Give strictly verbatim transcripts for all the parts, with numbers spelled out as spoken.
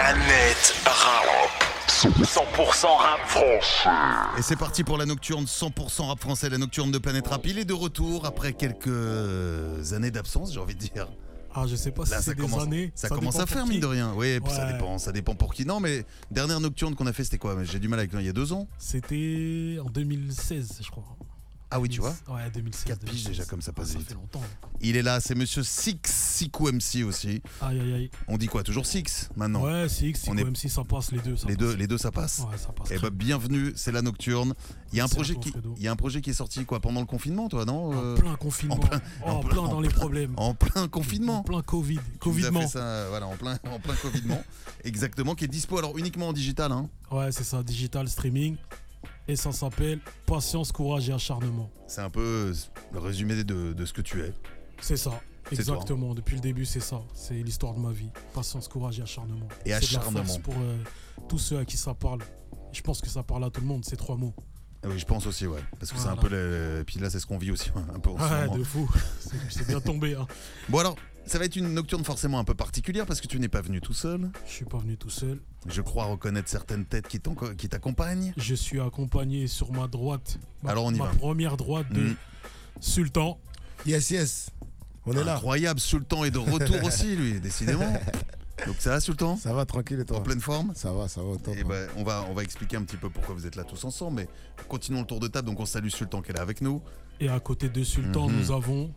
Planète Rap. cent pour cent rap français. Et c'est parti pour la nocturne cent pour cent rap français, la nocturne de Planète Rap. Il est de retour après quelques années d'absence, j'ai envie de dire. Ah, je sais pas si Là, c'est ça des commence, années. ça, ça commence à faire, qui. mine de rien. Oui, ouais. ça dépend, ça dépend pour qui. Non, mais dernière nocturne qu'on a fait, c'était quoi? J'ai du mal avec il y a deux ans. C'était en deux mille seize, je crois. Ah oui, tu vois. Ouais, deux mille seize. quatre piges déjà, comme ça passe ah, vite. Ça fait longtemps. Il est là, c'est monsieur Six, Sikou M C aussi. Aïe, aïe, aïe. On dit quoi? Toujours Six maintenant? Ouais, Six, Sikou est... M C, ça passe les deux. Ça les, passe. deux les deux, ça passe. Ouais, ça passe. Et bah, bienvenue, c'est la nocturne. Il y a un projet qui, il y a un projet qui est sorti quoi pendant le confinement, toi, non? En plein confinement. En plein, oh, en plein, plein dans en les plein, problèmes. En plein confinement. En plein Covid. Covidement. Fait ça, voilà, en plein, en plein Covidement. Exactement, qui est dispo alors uniquement en digital, hein. Ouais, c'est ça, digital streaming. Et ça s'appelle Patience, courage et acharnement. C'est un peu le résumé de, de ce que tu es. C'est ça, exactement. Toi, hein. Depuis le début, c'est ça. C'est l'histoire de ma vie. Patience, courage et acharnement. Et acharnement. C'est de la force pour euh, tous ceux à qui ça parle. Je pense que ça parle à tout le monde, ces trois mots. Oui, je pense aussi, ouais. Parce que voilà. C'est un peu. Les... Puis là, c'est ce qu'on vit aussi, un peu en ouais, ce moment. de fou. C'est bien tombé. Hein. Bon, alors, ça va être une nocturne forcément un peu particulière parce que tu n'es pas venu tout seul. Je suis pas venu tout seul. Je crois reconnaître certaines têtes qui, qui t'accompagnent. Je suis accompagné sur ma droite. Ma, alors, on y ma va. première droite de mmh. Sultan. Yes, yes. On est là. Incroyable, Sultan est de retour aussi, lui, décidément. Donc ça va, Sultan? Ça va, tranquille, et toi? En pleine forme? Ça va, ça va au top. Et ben, on va, on va expliquer un petit peu pourquoi vous êtes là tous ensemble, mais continuons le tour de table. Donc on salue Sultan qui est là avec nous. Et à côté de Sultan, mm-hmm. nous avons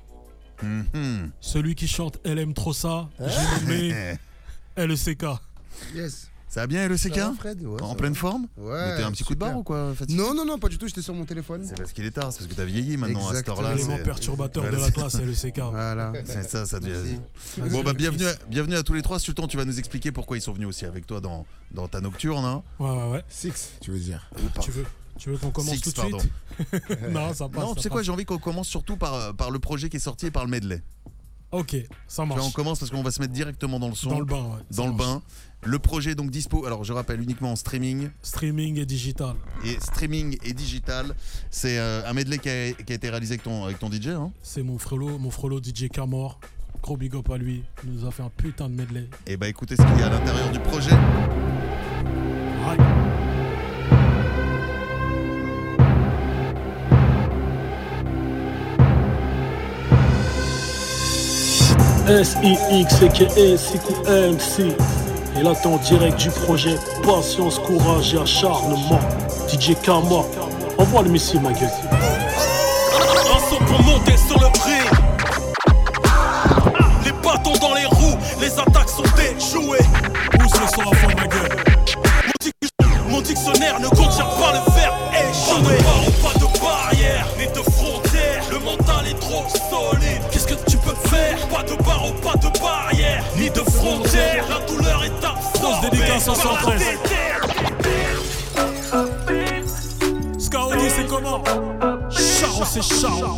mm-hmm. celui qui chante Elle aime trop ça, j'ai nommé L E C K. Yes. Ça va bien, L E C K? Ça va, Fred, ouais, en pleine va. forme? Ouais. T'es un petit super. coup de barre ou quoi, fatigué? Non, non, non, pas du tout, j'étais sur mon téléphone. C'est parce qu'il est tard, c'est parce que t'as vieilli maintenant. Exactement. À cette heure-là. L'élément perturbateur voilà, de la classe, L E C K. Voilà. C'est ça, ça devient. Bon, bah, bienvenue à, bienvenue à tous les trois. Sultan, tu vas nous expliquer pourquoi ils sont venus aussi avec toi dans, dans ta nocturne. Hein. Ouais, ouais, ouais. Six, tu veux dire? Tu veux Tu veux qu'on commence Six, tout de pardon. suite? Non, ça passe. Non, tu sais quoi, j'ai envie qu'on commence surtout par, par le projet qui est sorti et par le medley. Ok, ça marche. Là, on commence parce qu'on va se mettre directement dans le son. Dans le bain, ouais. Dans le marche. bain. Le projet est donc dispo, alors je rappelle, uniquement en streaming. Streaming et digital. Et streaming et digital. C'est euh, un medley qui a, qui a été réalisé avec ton, avec ton D J. Hein. C'est mon frelot, mon frelot D J Camor. Gros big up à lui. Il nous a fait un putain de medley. Et bah écoutez ce qu'il y a à l'intérieur du projet. Aïe. S I X aka Sikou M C. Et là t'es en direct du projet Patience, courage et acharnement. D J Kama, envoie le missile ma gueule. Un son pour monter sur le prix. Les bâtons dans les roues, les attaques sont déjouées. Pousse le son à fond ma gueule. Mon, dic- mon dictionnaire ne contient pas le verbe échouer. Pas de barre ou pas de barrière, ni de frontières. Le mental est trop solide. Qu'est-ce que tu peux faire? Pas de barre ou pas de barrière, ni de frontières. La douleur est absorbée. Grosse dédicace en cent treize. Skaoni c'est comment? Charon c'est Charon.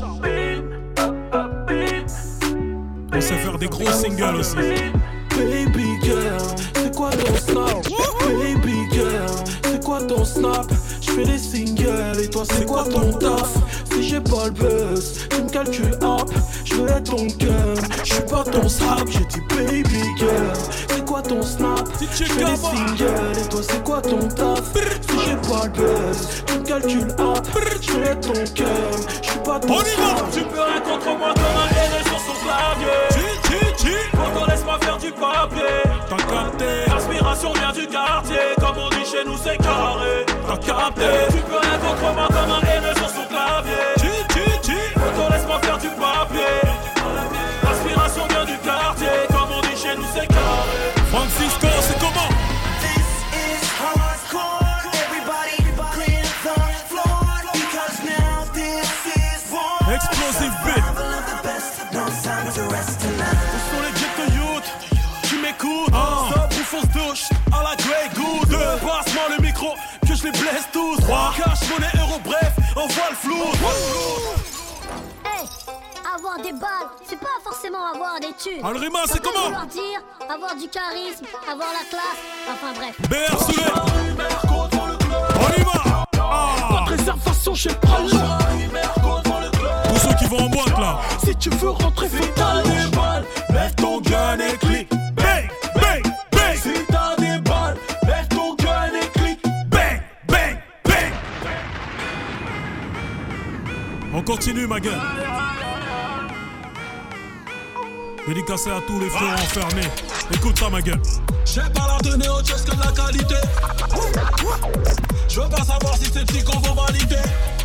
On sait faire des gros singles aussi. Baby girl, c'est quoi ton snap? Baby girl, c'est quoi ton snap? J'fais des singles et toi c'est quoi ton taf? Si j'ai pas le buzz, tu me calcules up. J'veux être ton gun, j'suis pas ton sap. J'ai dit baby girl, c'est quoi ton snap? J'fais des singles et toi c'est quoi ton taf? Si j'ai pas le buzz, tu me calcules up. J'veux être ton gun, j'suis pas ton sap. Tu peux rien contre moi comme un haineux sur son clavier. Pourtant laisse-moi faire du papier. T'as capté. L'inspiration vient du quartier. Comme on dit chez nous c'est carré. T'as capté. Tu peux rien contre moi comme un haineux sur son clavier. Pourtant laisse-moi faire du papier. L'inspiration vient du quartier. Comme on dit chez nous c'est carré. Francisco c'est comment? This is hardcore. Everybody clear the floor. Because now this is war. Explosive beat. No time to rest tonight. Où sont les jets de youth? Tu m'écoutes? Ah. Stop ou fausse douche à la Grey Goose. Deux, passe-moi le micro que je les blesse tous. Trois, cash, monnaie, euro, bref, envoie le flou. Hey, avoir des balles, c'est pas forcément avoir des thunes. Alrima Ça c'est peut comment? vouloir dire avoir du charisme, avoir la classe, enfin bref. B R Soulé. Contre le club. On y va. Ah. Pas de réservation chez Pralou. Contre le club. Tous ceux qui vont en boîte là. Si tu veux rentrer, fais ta des balles. Lève ton gun et clique. Bang, bang, bang. Si t'as des On continue ma gueule. Dédicacé à tous les frères enfermés. Écoute ça ma gueule. J'ai pas la donner au chest que de la qualité. Je veux pas savoir si ces petits qu'on vont valider.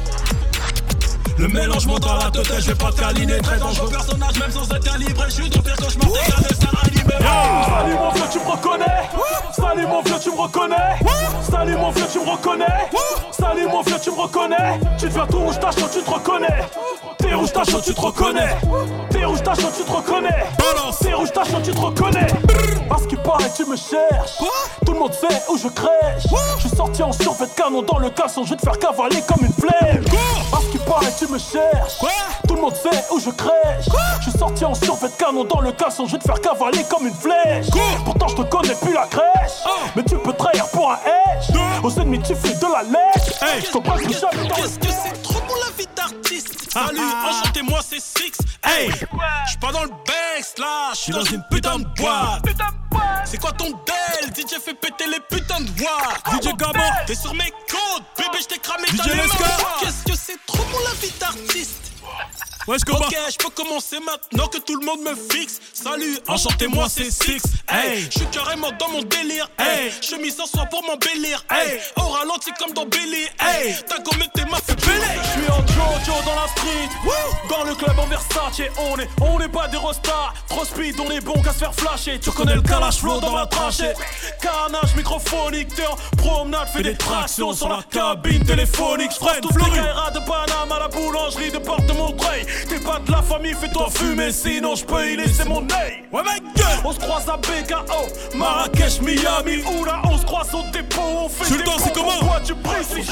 Le mélangement dans la tête, je vais pas te câliner. Très dangereux personnage, même sans être calibré. Je suis ton pire cauchemar, t'es qu'un destin animé. Salut mon vieux, tu me reconnais. Salut mon vieux, tu me reconnais. Salut mon vieux, tu me reconnais. Salut mon vieux, tu me reconnais. Tu deviens tout rouge, ta chaud, tu te reconnais. T'es rouge, ta chaud, tu te reconnais. T'es rouge, ta chaud, tu te reconnais. T'es rouge, ta chaud, tu te reconnais. Parce qu'il paraît, tu me cherches. Tout le monde sait où je crèche. Je suis sorti en survêt de canon dans le caleçon. Je vais te faire cavaler comme une flemme. Parce qu'il paraît, tu me cherches. Tout le monde sait où je crèche. Je suis sorti en survêt de canon dans le caleçon. Je vais te faire cavaler comme une flèche. Pourtant, je te connais plus la crèche. Mais tu peux trahir pour un edge. Aux ennemis, tu fais de la lèche. Je comprends plus jamais dans le Qu'est-ce que c'est trop pour la vie d'artiste. Salut, enchanté, moi c'est Six. Hey, j'suis pas dans le Banks là, j'suis dans une putain de boîte. C'est quoi ton del? D J fait péter les putains de voix. D J Gabon, t'es sur mes côtes, bébé, j't'ai cramé D J ta Lesca. Qu'est-ce que c'est trop pour la vie d'artiste. Ouais, je Ok, je peux commencer maintenant que tout le monde me fixe. Salut, enchanté, moi c'est Six. Hey, je suis carrément dans mon délire. Hey, chemise en soie pour m'embellir. Hey, au ralenti comme dans Billy. Hey, t'as gommé tes ma fait bêler. Je suis en Jojo dans la street. Dans le club en Versace, on est, on est pas des rostards. Trop speed, on est bon qu'à se faire flasher. Tu connais le Kalash flow dans la trachée. Carnage microphonique, t'es en promenade, fais des tractions sur la cabine téléphonique. J'freine toutes les Kaira de Paname à la boulangerie de Porte de Montreuil. T'es pas de la famille, fais-toi fumer, sinon j'peux y laisser mon nez. Ouais ma gueule. On se croise à B K O, Marrakech, Miami, Oula, on se croise au dépôt, on fait des Sultan, c'est comment? Pourquoi tu précises?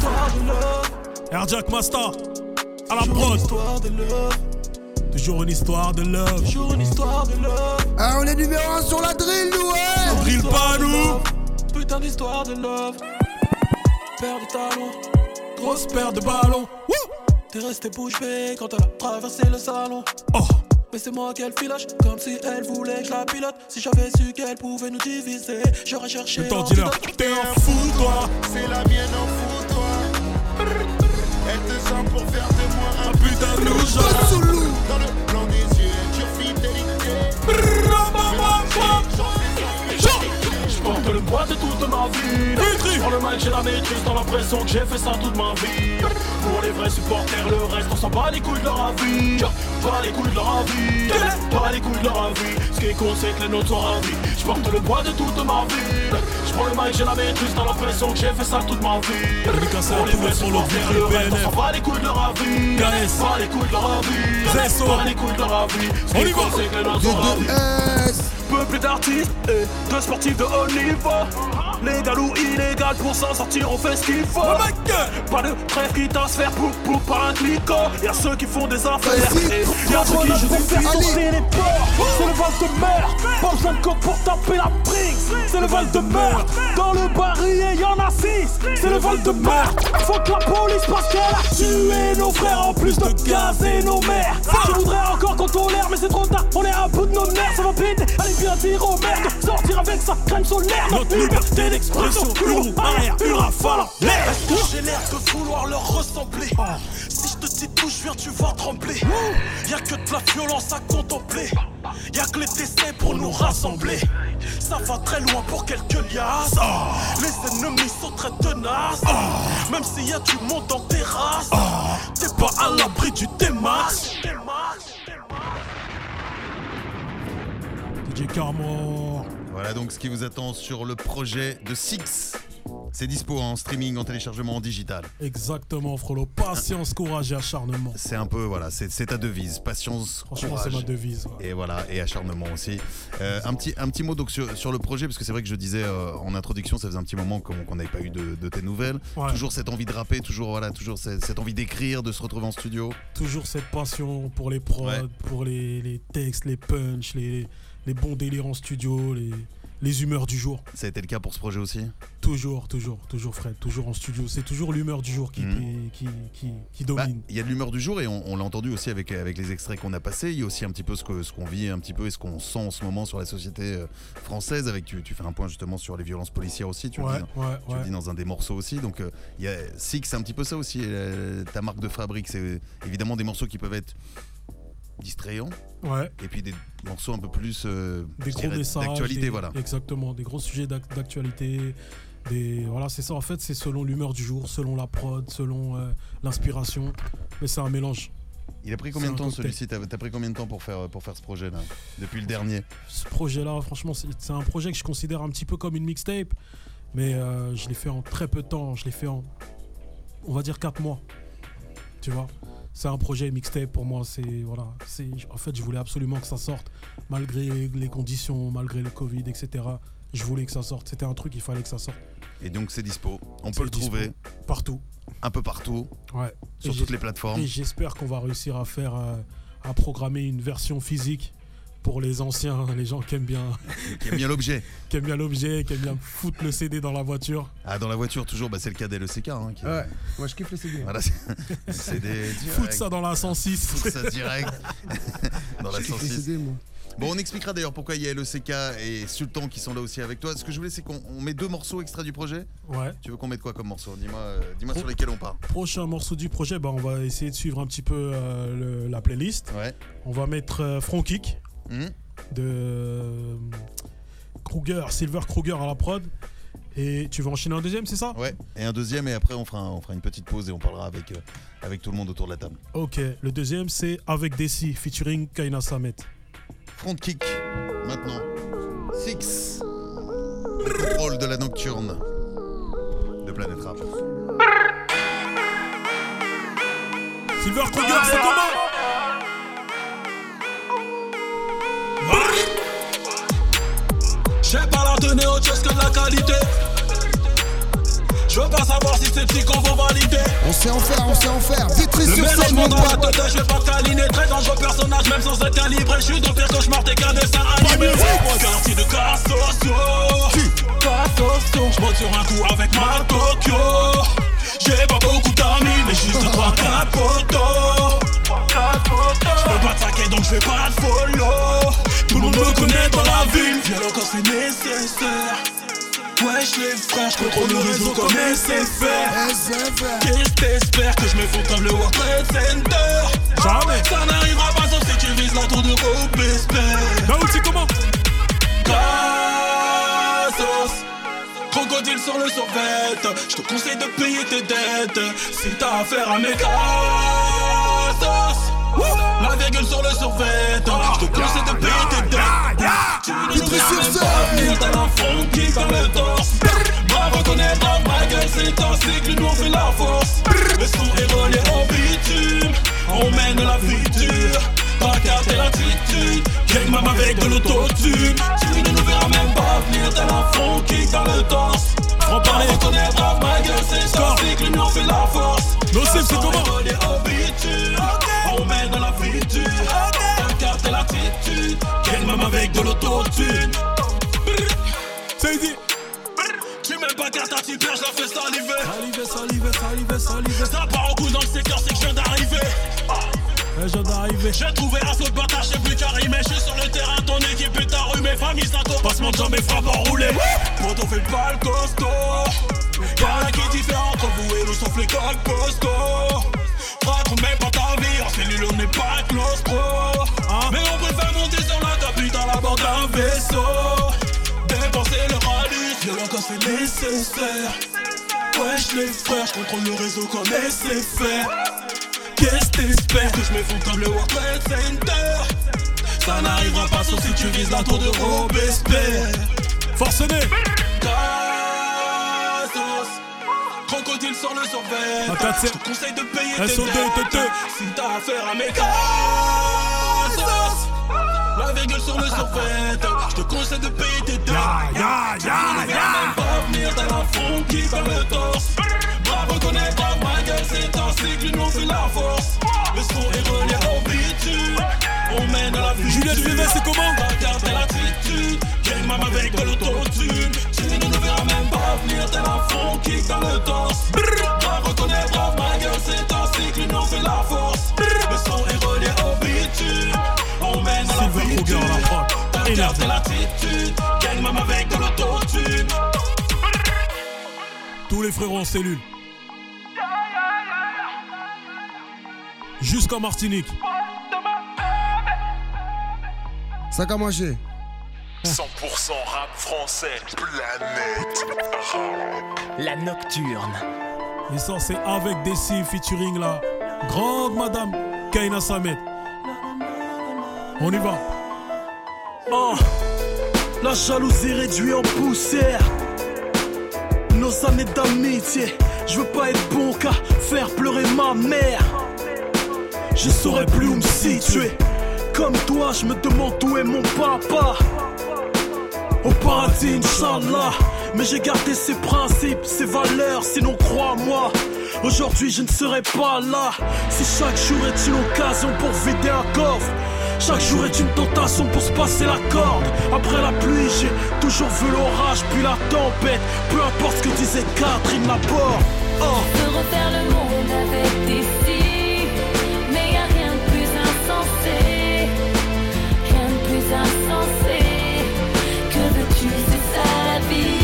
Air-Jack Master, à la prod. Toujours une histoire de love. Toujours une histoire de love. Ah, on est numéro un sur la drill, nous, ouais. On drill pas nous. Putain d'histoire de love. Paire de talons, Grosse paire de ballons. t'es resté bouche bée quand elle a traversé le salon. Oh. Mais c'est moi qu'elle filoche, comme si elle voulait que je la pilote. Si j'avais su qu'elle pouvait nous diviser, j'aurais cherché Le temps dealer. T'es un fou toi. C'est la mienne en fou, toi. Elle te sent pour faire de moi un Un putain de louche. Dans le blanc des yeux, tu fidélité. J'porte le poids de toute ma vie. Sur le mic j'ai la maîtrise, dans l'impression que j'ai fait ça toute ma vie. Pour les vrais supporters, le reste on s'en bat les couilles de leur avis. Pas les couilles de leur avis. Pas les couilles de leur avis. Ce qui est con c'est que les nôtres sont ravis. J'porte le poids de toute ma vie. J'prends le mic j'ai la maîtrise, dans l'impression que j'ai fait ça toute ma vie. Pour les vrais supporters, le reste on s'en bat les couilles de leur avis. Pas les couilles de leur avis. Pas les couilles de leur avis. Ce qui est con c'est que les nôtres sont ravis. Peuple d'artistes et de sportifs de haut niveau. Légal ou illégal pour s'en sortir on fait ce qu'il faut. Pas de trêve qui à se faire pour pour par un clico. Y'a ceux qui font des affaires et y'a ceux qui jouent des faire sauter les ports. C'est le val de mer, pas besoin de coke pour taper la prince. C'est le val de mer, dans le barillet y'en a six. C'est le val de mer, faut que la police parce qu'elle a tué nos frères en plus de gazer nos mères. Je voudrais encore qu'on tolère mais c'est trop tard, on est à bout de nos nerfs. Ça va péter, allez bien dire aux merdes, sortir avec sa crème solaire. Notre liberté d'expression, hurle arrière, une rafale en l'air. Est-ce que j'ai l'air de vouloir leur ressembler? Si je te dis d'où je viens, tu vas trembler. Y'a que de la violence à contempler. Y'a que les décès pour nous rassembler. Ça va très loin pour quelques liasses. Les ennemis sont très tenaces. Même s'il y a du monde en terrasse, t'es pas à l'abri du démarche. D J Carmore. Voilà donc ce qui vous attend sur le projet de Six. C'est dispo en streaming, en téléchargement, en digital. Exactement, Frollo. Patience, courage et acharnement. C'est un peu, voilà, c'est, c'est ta devise. Patience, Franchement, courage. c'est ma devise. Ouais. Et voilà, et acharnement aussi. Euh, un, petit, un petit mot donc sur, sur le projet, parce que c'est vrai que je disais euh, en introduction, ça faisait un petit moment qu'on n'avait pas eu de, de tes nouvelles. Ouais. Toujours cette envie de rapper, toujours, voilà, toujours cette, cette envie d'écrire, de se retrouver en studio. Toujours cette passion pour les prods, Ouais. pour les, les textes, les punchs, les, les bons délires en studio, les, les humeurs du jour. Ça a été le cas pour ce projet aussi? Toujours, toujours, toujours Fred, toujours en studio. C'est toujours l'humeur du jour qui, mmh. qui, qui, qui domine. Il bah, y a de l'humeur du jour et on, on l'a entendu aussi avec, avec les extraits qu'on a passés. Il y a aussi un petit peu ce, que, ce qu'on vit un petit peu et ce qu'on sent en ce moment sur la société française. Avec, tu, tu fais un point justement sur les violences policières aussi, tu, ouais, le, dis, ouais, tu ouais. le dis dans un des morceaux aussi. Donc euh, y a, Six, c'est un petit peu ça aussi. Euh, ta marque de fabrique, c'est évidemment des morceaux qui peuvent être distrayants, ouais. et puis des morceaux un peu plus euh, des gros messages d'actualité, des, voilà. Exactement, des gros sujets d'actualité. Des, voilà, c'est ça en fait, c'est selon l'humeur du jour, selon la prod, selon euh, l'inspiration, mais c'est un mélange. Il a pris combien de temps celui-ci? T'as, t'as pris combien de temps pour faire, pour faire ce projet là, depuis le dernier? Ce projet là, franchement, c'est, c'est un projet que je considère un petit peu comme une mixtape, mais euh, je l'ai fait en très peu de temps, je l'ai fait en, on va dire quatre mois, tu vois. C'est un projet mixtape pour moi, c'est, voilà, c'est, en fait je voulais absolument que ça sorte, malgré les conditions, malgré le Covid, et cetera. Je voulais que ça sorte, c'était un truc, il fallait que ça sorte. Et donc c'est dispo, on c'est peut le dispo. trouver Partout. Un peu partout, ouais. sur et toutes les plateformes. Et j'espère qu'on va réussir à faire, euh, à programmer une version physique pour les anciens, les gens qui aiment bien, qui aiment bien l'objet, qui aiment bien l'objet, qui aiment bien foutre le C D dans la voiture. Ah, dans la voiture toujours, bah c'est le cas d'L E C K. Hein, qui... Ouais, moi je kiffe les C D. Voilà, c'est C D direct. Foutre ça dans la cent six. Foutre ça direct dans la je cent six. Les C D, moi. Bon, on expliquera d'ailleurs pourquoi il y a L E C K et Sultan qui sont là aussi avec toi. Ce que je voulais, c'est qu'on on met deux morceaux extraits du projet. Ouais. Tu veux qu'on mette quoi comme morceau? Dis-moi, euh, dis-moi Pro- sur lesquels on part. Prochain morceau du projet, bah, on va essayer de suivre un petit peu euh, le, la playlist. Ouais. On va mettre euh, Front Kick Mmh. de euh, Kruger, Silver Kruger à la prod. Et tu vas enchaîner un deuxième, c'est ça? Ouais, et un deuxième, et après on fera, un, on fera une petite pause et on parlera avec, euh, avec tout le monde autour de la table. Ok, le deuxième c'est Avec Desi featuring Kaina Samet. Front Kick, maintenant. Six. Le contrôle de la nocturne de Planète Rap. Silver Kruger, c'est comment? J'ai pas la tenue autre chose que de la qualité. Je veux pas savoir si ces petits qu'on vont valider. On sait en faire, on sait en faire. Vitry Le sur scène, mélange mon dans la pote. tête, je vais pas câliner. Très dangereux personnage, même sans être calibré. Je suis dans le pire cauchemar, t'es qu'un dessin animé. Quartier de Cassoso. Cassoso. Je monte sur un coup avec ma Tokyo. J'ai pas beaucoup d'amis, mais juste trois quatre potos. Je peux pas traquer donc je fais pas de follow. Tout le monde me connaît dans la ville. Violent quand c'est nécessaire. Wesh les frères, je contrôle le réseau comme S F R. S F R. Qu'est-ce que t'espères que je me fonde comme le World Trade Center? Jamais. Ça n'arrivera pas sauf si tu vises la tour de Robespierre. Bah, c'est comment? Cassos. Crocodile sur le survêt. Je te conseille de payer tes dettes si t'as affaire à mes cassos. La virgule sur le survêt. Je te conseille de payer tes dettes. Tu ne nous verras même pas venir. T'as la front qui dans le torse. Va reconnaître ma gueule, c'est ainsi que nous on fait la force. Le son est relié au bitume. On mène la vie dure. Ta carte et l'attitude. Gang même avec de l'autotune. Tu ne nous verras même pas venir. T'as la front qui dans le torse. Faut parler. Va reconnaître ma gueule, c'est ainsi que nous on fait la force. Non, c'est, c'est comment? Relié au bitume. On mène la vie dure. Ta carte et l'attitude. Gang même avec de l'autotune. C'est dit. Tu m'aimes pas car ta type, je la fais saliver. Saliver, saliver, saliver, saliver. Ça part au coup dans le secteur, c'est que je viens d'arriver. Je viens d'arriver. J'ai trouvé un saut de bâtard, j'ai plus qu'à rimer. Je suis sur le terrain, ton équipe est arrumée. Famille, ça court, passement de jambes et frappe enroulée. Quand on fait pas le costaud, y'a un qui diffère entre vous et nous sauf les cols postaux. Raconte même pas ta vie, en cellule on n'est pas claustro. Hein? Mais on préfère monter sur la capitale à bord d'un vaisseau. Dépenser le rallye, violent quand c'est nécessaire. Wesh les frères, je contrôle le réseau comme S F R. Qu'est-ce que t'espères que je me fonde comme le World Trade Center? Ça n'arrivera pas sauf si tu vises la tour de Robespierre. Forcené. Cassos. Crocodile sur le survêt. Ah, t'as- Je te conseille de payer tes S O D, dettes te- te. si t'as affaire à mes cassos. La virgule sur le survêt. Je te conseille de payer tes dettes. Ya, ya, Tu ya, ne verras ya. même pas venir, t'as la front qui dans le torse. Bravo, connaît pas ma gueule, c'est ainsi que nous on fait la force. Le son est relié au bitume. On mène la vie. Juliette Févet, c'est comment? Ta carte et l'attitude. Gang même avec de l'autotune. Tu ne nous verras même pas venir, t'es la front kick dans le torse. Brave reconnais, brave ma gueule, c'est un cycle, l'union fait la force. Le son est relié au bitume, on mène à la vitune. T'as le cœur, c'est l'attitude, gang même avec de l'autotune. Tous les frérots en cellule. Jusqu'en Martinique. Sac à manger. cent pour cent rap français. Planète Rap. La nocturne. Et ça, c'est avec des signes featuring la grande madame Kaina Samet. On y va. Oh, la jalousie réduit en poussière nos années d'amitié. Je veux pas être bon qu'à faire pleurer ma mère. Je saurais plus où me situer. Comme toi, je me demande où est mon papa. Au paradis, Inch'Allah. Mais j'ai gardé ses principes, ses valeurs, sinon crois-moi, aujourd'hui je ne serai pas là. Si chaque jour est une occasion pour vider un coffre, chaque jour est une tentation pour se passer la corde. Après la pluie, j'ai toujours vu l'orage, puis la tempête. Peu importe ce que disait Catherine Laborde. Oh. Je peux refaire le monde avec des si, mais y'a rien de plus insensé. Rien de plus insensé. Que veux-tu, c'est ça la vie.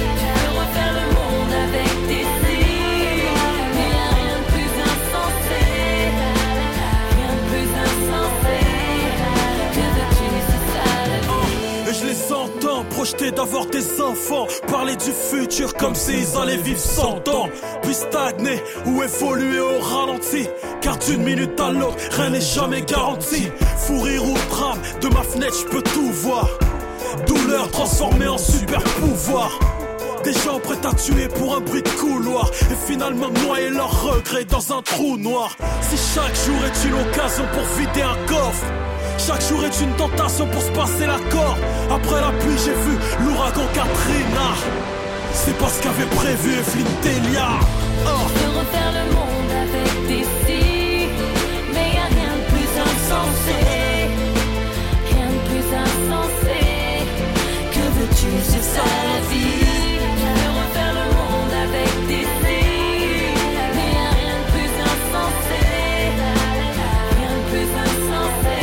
Projeter d'avoir des enfants, parler du futur comme s'ils allaient vivre cent ans, puis stagner ou évoluer au ralenti, car d'une minute à l'autre, rien n'est jamais garanti. Fou rire ou drame, de ma fenêtre je peux tout voir. Douleur transformée en super pouvoir. Des gens prêts à tuer pour un bruit de couloir, et finalement noyer leurs regrets dans un trou noir. Si chaque jour est une occasion pour vider un coffre, chaque jour est une tentation pour se passer la corde. Après la pluie j'ai vu l'ouragan Katrina. C'est pas ce qu'avait prévu Evelyne Delia. Oh. Je peux refaire le monde avec des si, mais y'a rien de plus insensé. Rien de plus insensé. Que veux-tu, c'est ça la vie. Je peux refaire le monde avec des si, mais y'a rien de plus insensé. Rien de plus insensé.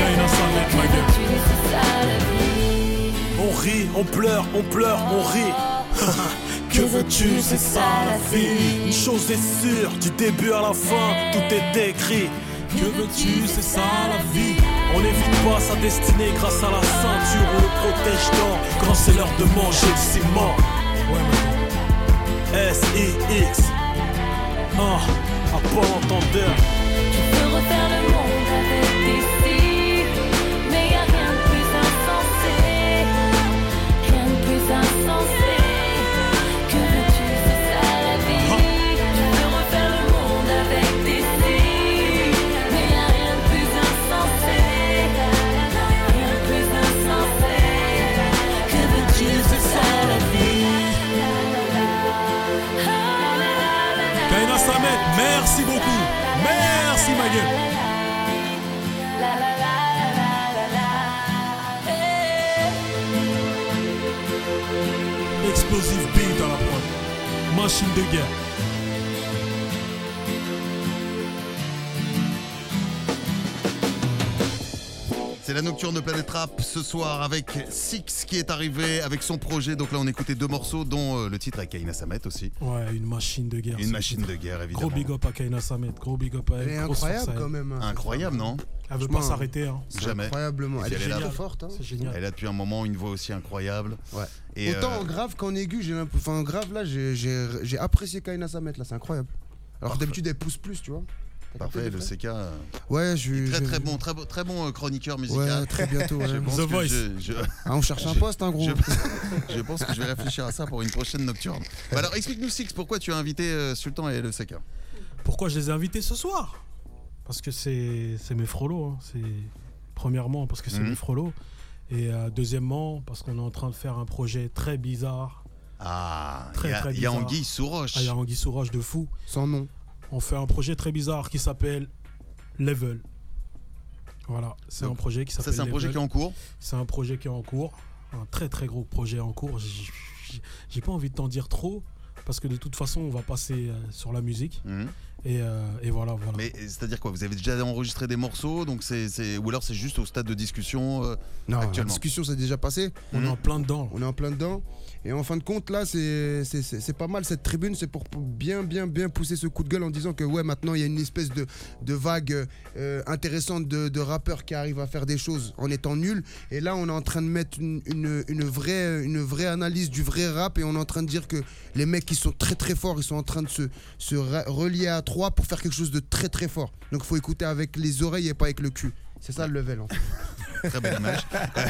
On rit, on pleure, on pleure, on rit. Que veux-tu, c'est ça la vie. Une chose est sûre, du début à la fin, tout est écrit. Que veux-tu, c'est ça la vie. On n'évite pas sa destinée grâce à la ceinture ou le protège-dents. Quand c'est l'heure de manger le ciment. S I X un, à pas l'entendeur. Je peux refaire le monde avec des si, mais y'a rien de plus insensé. Rien de plus insensé. Que veux-tu, c'est ça la vie. Je peux refaire le monde avec des si, mais y'a rien de plus insensé. Rien de plus insensé. Que veux-tu, c'est ça la vie. Kaina Samet, merci beaucoup. Merci ma gueule. Explosive beat à la prod. Machine de guerre. C'est la nocturne de Planète Rap ce soir avec Six qui est arrivé avec son projet. Donc là on écoutait deux morceaux dont euh, le titre avec Kaina Samet aussi. Ouais, une machine de guerre. Une machine de guerre évidemment. Gros big up à Kaina Samet, gros big up à elle. Elle est incroyable quand même. Hein, incroyable non? Elle veut pas s'arrêter. Hein. Jamais. Incroyablement. Elle, elle est géniale. Trop forte. Hein. C'est génial. Elle a depuis un moment une voix aussi incroyable. Ouais. Et autant euh... en grave qu'en aigu, j'ai l'impression. Enfin en grave là, j'ai, j'ai, j'ai apprécié Kaina Samet là, c'est incroyable. Alors Parfait. D'habitude elle pousse plus, tu vois. Parfait, le C K. Ouais, je très je... très bon, très bon, très bon chroniqueur musical. Ouais, très bientôt. Ouais. Je pense The Voice. Je, je... Ah, on cherche un poste, hein, gros. Je... je pense que je vais réfléchir à ça pour une prochaine nocturne. Bah alors, explique-nous Six, pourquoi tu as invité euh, Sultan et le C K? Pourquoi je les ai invités ce soir? Parce que c'est c'est mes frolos. Hein. C'est premièrement parce que c'est mmh. mes frolos, et euh, deuxièmement parce qu'on est en train de faire un projet très bizarre. Ah. Très y a, très bizarre. Il y a Anguille sous roche. Ah, il y a Anguille sous roche de fou. Sans nom. On fait un projet très bizarre qui s'appelle Level. Voilà, c'est Donc, un projet qui s'appelle Ça, c'est un Level. projet qui est en cours. C'est un projet qui est en cours. un très très gros projet en cours. J'ai- j'ai- J'ai pas envie de t'en dire trop parce que de toute façon on va passer euh, sur la musique. Mhm. Et, euh, et voilà, voilà. Mais c'est-à-dire quoi? Vous avez déjà enregistré des morceaux, donc c'est, c'est... ou alors c'est juste au stade de discussion euh, Non, la actuellement? discussion s'est déjà passée. On est en plein dedans. On est en plein dedans. Et en fin de compte, là, c'est, c'est, c'est, c'est pas mal cette tribune. C'est pour pour bien, bien, bien pousser ce coup de gueule en disant que, ouais, maintenant, il y a une espèce de, de vague euh, intéressante de, de rappeurs qui arrivent à faire des choses en étant nuls. Et là, on est en train de mettre une, une, une, vraie, une vraie analyse du vrai rap. Et on est en train de dire que les mecs qui sont très, très forts, ils sont en train de se, se ra- relier à trois pour faire quelque chose de très, très fort. Donc, il faut écouter avec les oreilles et pas avec le cul. C'est ça le level, en fait. Très belle image.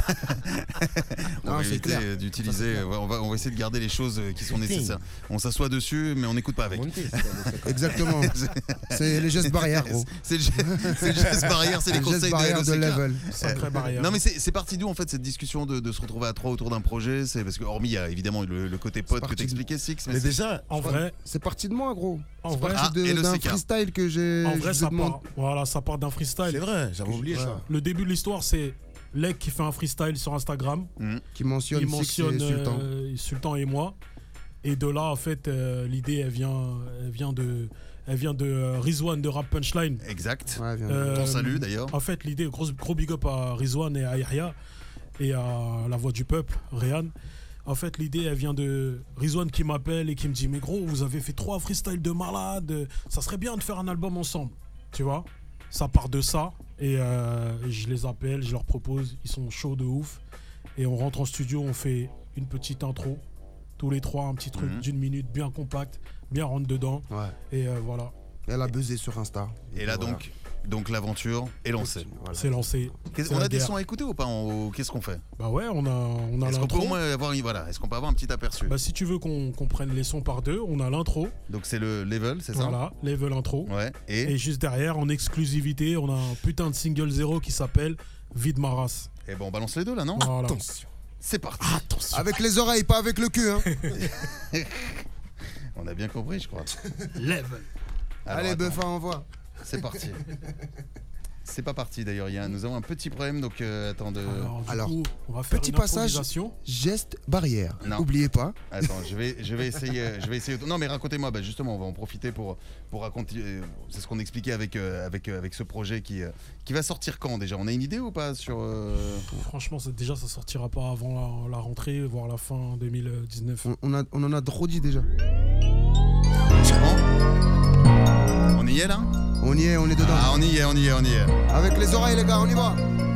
on Non, va c'est éviter clair. euh, d'utiliser, euh, on va, on va essayer de garder les choses euh, qui sont nécessaires. On s'assoit dessus, mais on n'écoute pas avec. Exactement. C'est les gestes barrières, gros. C'est le, geste- c'est le geste barrière, c'est les Les gestes conseils barrières de, de L O C K. level. Sacrée Euh, barrière. Non mais c'est, c'est parti d'où en fait cette discussion de, de se retrouver à trois autour d'un projet? C'est parce que hormis il y a évidemment le, le côté pote que parti t'expliquais Six, mais, Mais c'est- déjà, En vrai, C'est parti de moi, gros. en C'est vrai, parti Ah, de- et le d'un C K. freestyle que j'ai. en je vrai vous ça, demande- part, voilà, ça part d'un freestyle. c'est vrai, j'avais oublié Ouais. ça. Le début de l'histoire, c'est Lek qui fait un freestyle sur Instagram. Mhm. Qui mentionne, Il Six mentionne et Sultan. euh, Sultan et moi. Et de là, en fait, euh, l'idée, elle vient, elle vient de, elle vient de euh, Rizwan de Rap Punchline. exact. Ouais, viens. Euh, Qu'on salue d'ailleurs. En fait, l'idée, gros, gros big up à Rizwan et à Yahya et à La Voix du Peuple, Réhan. En fait, l'idée, elle vient de Rizwan qui m'appelle et qui me dit: mais gros, vous avez fait trois freestyles de malade, ça serait bien de faire un album ensemble. Tu vois? Ça part de ça. Et euh, je les appelle, je leur propose, ils sont chauds de ouf. Et on rentre en studio, on fait une petite intro. Tous les trois, un petit truc Mhm. d'une minute, bien compact, bien rentre dedans. Ouais. Et euh, voilà, Elle a buzzé sur Insta. Et là Voilà. donc, donc l'aventure est lancée. Voilà. c'est lancé. Qu'est-ce- C'est on la a des guerre. sons à écouter ou pas en- Qu'est-ce qu'on fait? Bah ouais, on a, on a Est-ce qu'on peut l'intro. au moins avoir, une- voilà, est-ce qu'on peut avoir un petit aperçu? Bah si tu veux qu'on qu'on prenne les sons par deux, on a l'intro, Donc c'est le level, c'est ça? voilà, level intro. Ouais. Et, Et juste derrière, en exclusivité, on a un putain de single zéro qui s'appelle Vide ma race. et bon, on balance les deux là, non? Voilà. Attention. C'est parti. Attention. Avec les oreilles, pas avec le cul. Hein. On a bien compris, je crois. Level. Alors, Allez, attends, Buffa, envoie. c'est parti. C'est pas parti d'ailleurs. Il y a, nous avons un petit problème, donc euh, attends de. Alors, du alors, coup, on va faire petit une passage. improvisation. Geste barrière. Non. Oubliez pas. Attends, je vais, je vais essayer, je vais essayer. Non, mais racontez-moi. Bah, justement, on va en profiter pour pour raconter. euh, C'est ce qu'on expliquait avec euh, avec euh, avec ce projet qui euh, qui va sortir quand déjà. On a une idée ou pas sur euh, Franchement, c'est- déjà, ça sortira pas avant la, la rentrée, voire la fin deux mille dix-neuf. On, on a, on en a trop dit déjà. bon On y est là? On y est, on est dedans. Ah, on y est, on y est, on y est. Avec les oreilles, les gars, on y va.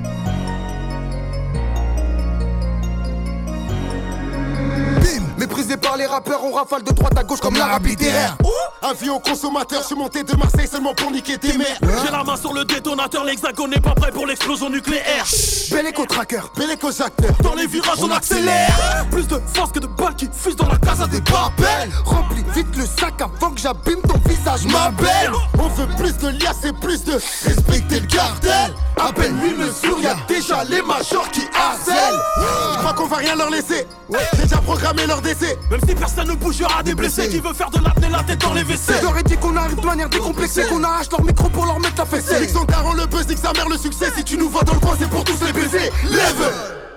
Bim. Méprisé par les rappeurs, on rafale de droite à gauche comme l'arabe littéraire. Avion consommateur, je suis monté de Marseille seulement pour niquer tes mères. J'ai la main sur le détonateur, l'hexagone n'est pas prêt pour l'explosion nucléaire. Bel éco-tracker. Bel éco-jacteur. Dans les virages on accélère. Plus de force que de balles qui fusent dans la casa des Barbel, Remplis vite le sac avant que j'abîme ton visage, ma belle. On veut plus de liasses et plus de respecter le cartel. À peine lui le sourd, y'a déjà les majors qui harcèlent. Je crois qu'on va rien leur laisser. J'ai déjà programmé leur décès. Même si personne ne bougera des blessés qui veut faire de l'apnée la tête dans les W C. Je leur ai dit qu'on arrive de manière décomplexée, qu'on arrache leur micro pour leur mettre la fessée. Nique son daron, le buzz, nique sa mère, le succès. Si tu nous vois dans le coin, c'est pour tous les baiser. Lève.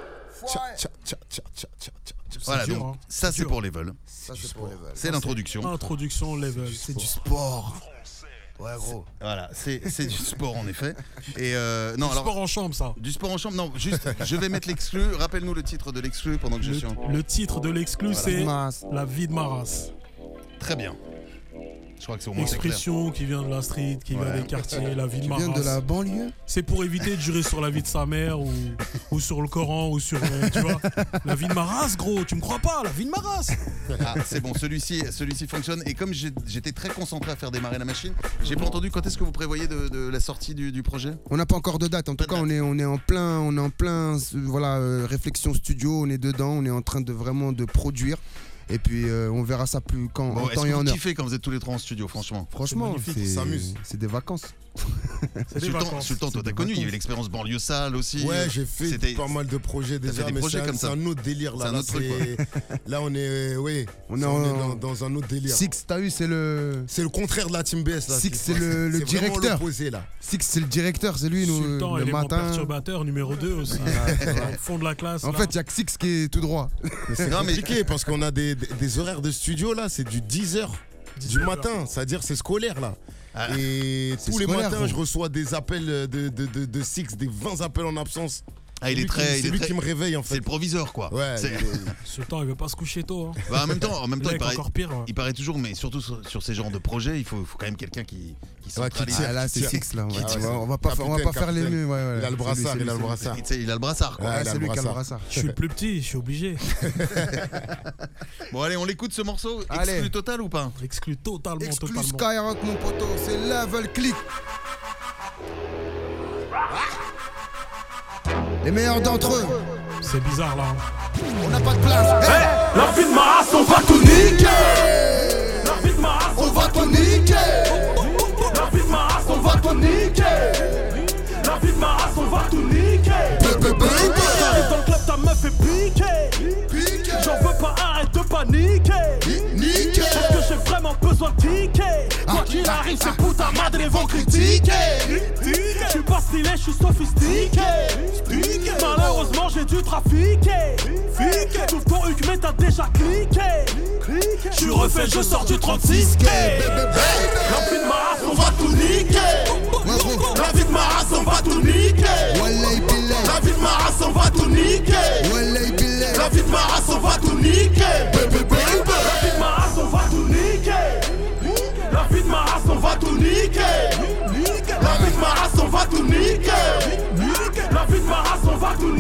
Voilà, dur, donc hein. ça c'est dur. pour level. Ça, c'est pour les veulent. C'est l'introduction. Introduction level. C'est du sport. Ouais, gros. Voilà, c'est c'est du sport en effet. Et euh, non, Du alors sport en chambre, ça. du sport en chambre. Non, juste, je vais mettre l'exclu. Rappelle-nous le titre de l'exclu pendant que je Le, suis. en- le titre de l'exclu, c'est Masse. La vie de ma race. Très bien. Je crois que c'est au moins c'est clair. Expression qui vient de la street, qui Ouais. vient des quartiers, la vie de Tu ma viens de race. la banlieue. C'est pour éviter de jurer sur la vie de sa mère ou, ou sur le Coran ou sur. euh, tu vois, la vie de ma race, gros, tu me crois pas, la vie de ma race. Ah, c'est bon, celui-ci, celui-ci fonctionne. Et comme j'ai- j'étais très concentré à faire démarrer la machine, j'ai pas entendu quand est-ce que vous prévoyez de, de la sortie du, du projet. On n'a pas encore de date. En tout Pas de cas, on est, on est en plein, on est en plein, euh, voilà, euh, réflexion studio. On est dedans. On est en train de vraiment de produire. Et puis, euh, on verra ça plus quand, Bon, en est-ce temps que et en vous heure. kiffez quand vous êtes tous les trois en studio, franchement? Franchement, C'est magnifique, c'est on s'amuse. c'est des vacances. C'est des Sultan, vacances. Sultan, toi, t'as connu, il y avait l'expérience banlieue sale aussi. Ouais, j'ai fait C'était- pas mal de projets T'as fait déjà, des mais projets c'est un, comme c'est ça. un autre délire là. C'est un Là, autre truc, c'est- là, on est, oui, On est on en- est dans, dans un autre délire. Six, t'as vu, c'est le. C'est le contraire de la Team B S là. Six, c'est le, le c'est vraiment directeur. l'opposé là. Six, c'est le directeur, c'est lui, nous, Sultan, le élément matin. perturbateur numéro deux aussi. Au fond de la classe. En là. fait, il y a que Six qui est tout droit. C'est Non, mais- compliqué parce qu'on a des, des, des horaires de studio là, c'est du dix heures du dix-neuf matin, c'est-à-dire c'est scolaire là. Ah, Et c'est tous les scolaire, matins, gros. je reçois des appels de, de, de, de Six, des vingt appels en absence. Ah, il est Lui qui- très. il C'est est lui très- qui me réveille en C'est fait. le proviseur, quoi. Ouais, C'est- il est- Sultan, il veut pas se coucher tôt. Hein. Bah, en même temps, en même temps, Le il mec, paraît, encore pire. ouais. il paraît toujours, mais surtout sur, sur ces genres de projets, il faut, faut quand même quelqu'un qui, qui Ouais, qui centralise. tire. Ah là, c'est Tiens. Six là. On va, Ah ouais, on va- c'est- on va pas, faire- on va pas capitaine, faire les capitaine. mieux. Ouais, ouais, Il a le c'est lui, brassard, c'est lui, il a le c'est lui. brassard. Tu sais, il a le brassard, quoi. Ouais, Ouais, il a c'est le lui qui a le brassard. brassard. Je suis le plus petit, je suis obligé. Bon, allez, on l'écoute ce morceau. Allez. Exclu total ou pas? Exclu totalement, Exclu totalement. Skyrock, mon poteau, c'est Level Click. Les meilleurs d'entre eux, C'est bizarre là. hein. on n'a pas de place. Hey, La vie de ma race, on va tout niquer. La vie de ma race, on va tout niquer. La vie de ma race, on va tout niquer. La vie de ma race, on va tout niquer. J'arrive dans le club, ta meuf est piquée. J'en veux pas, arrête de paniquer. Parce que j'ai vraiment besoin de tickets. Quoi qu'il arrive, ces putes à madre vont critiquer. Je suis pas stylé, je suis sophistiqué. Malheureusement, j'ai dû trafiquer. Tout ton huc, mais t'as déjà cliqué. Je suis refait, je sors du trente-six K. La vie de ma race, on va tout niquer. La vie de ma race, on va tout niquer. La vie de ma race, on va tout niquer. La vie de ma race, on va tout niquer. La vie de ma race, on va tout niquer. La vie de ma race, on va tout niquer. La vie de ma race, on va tout niquer. La vie de ma race, on va tout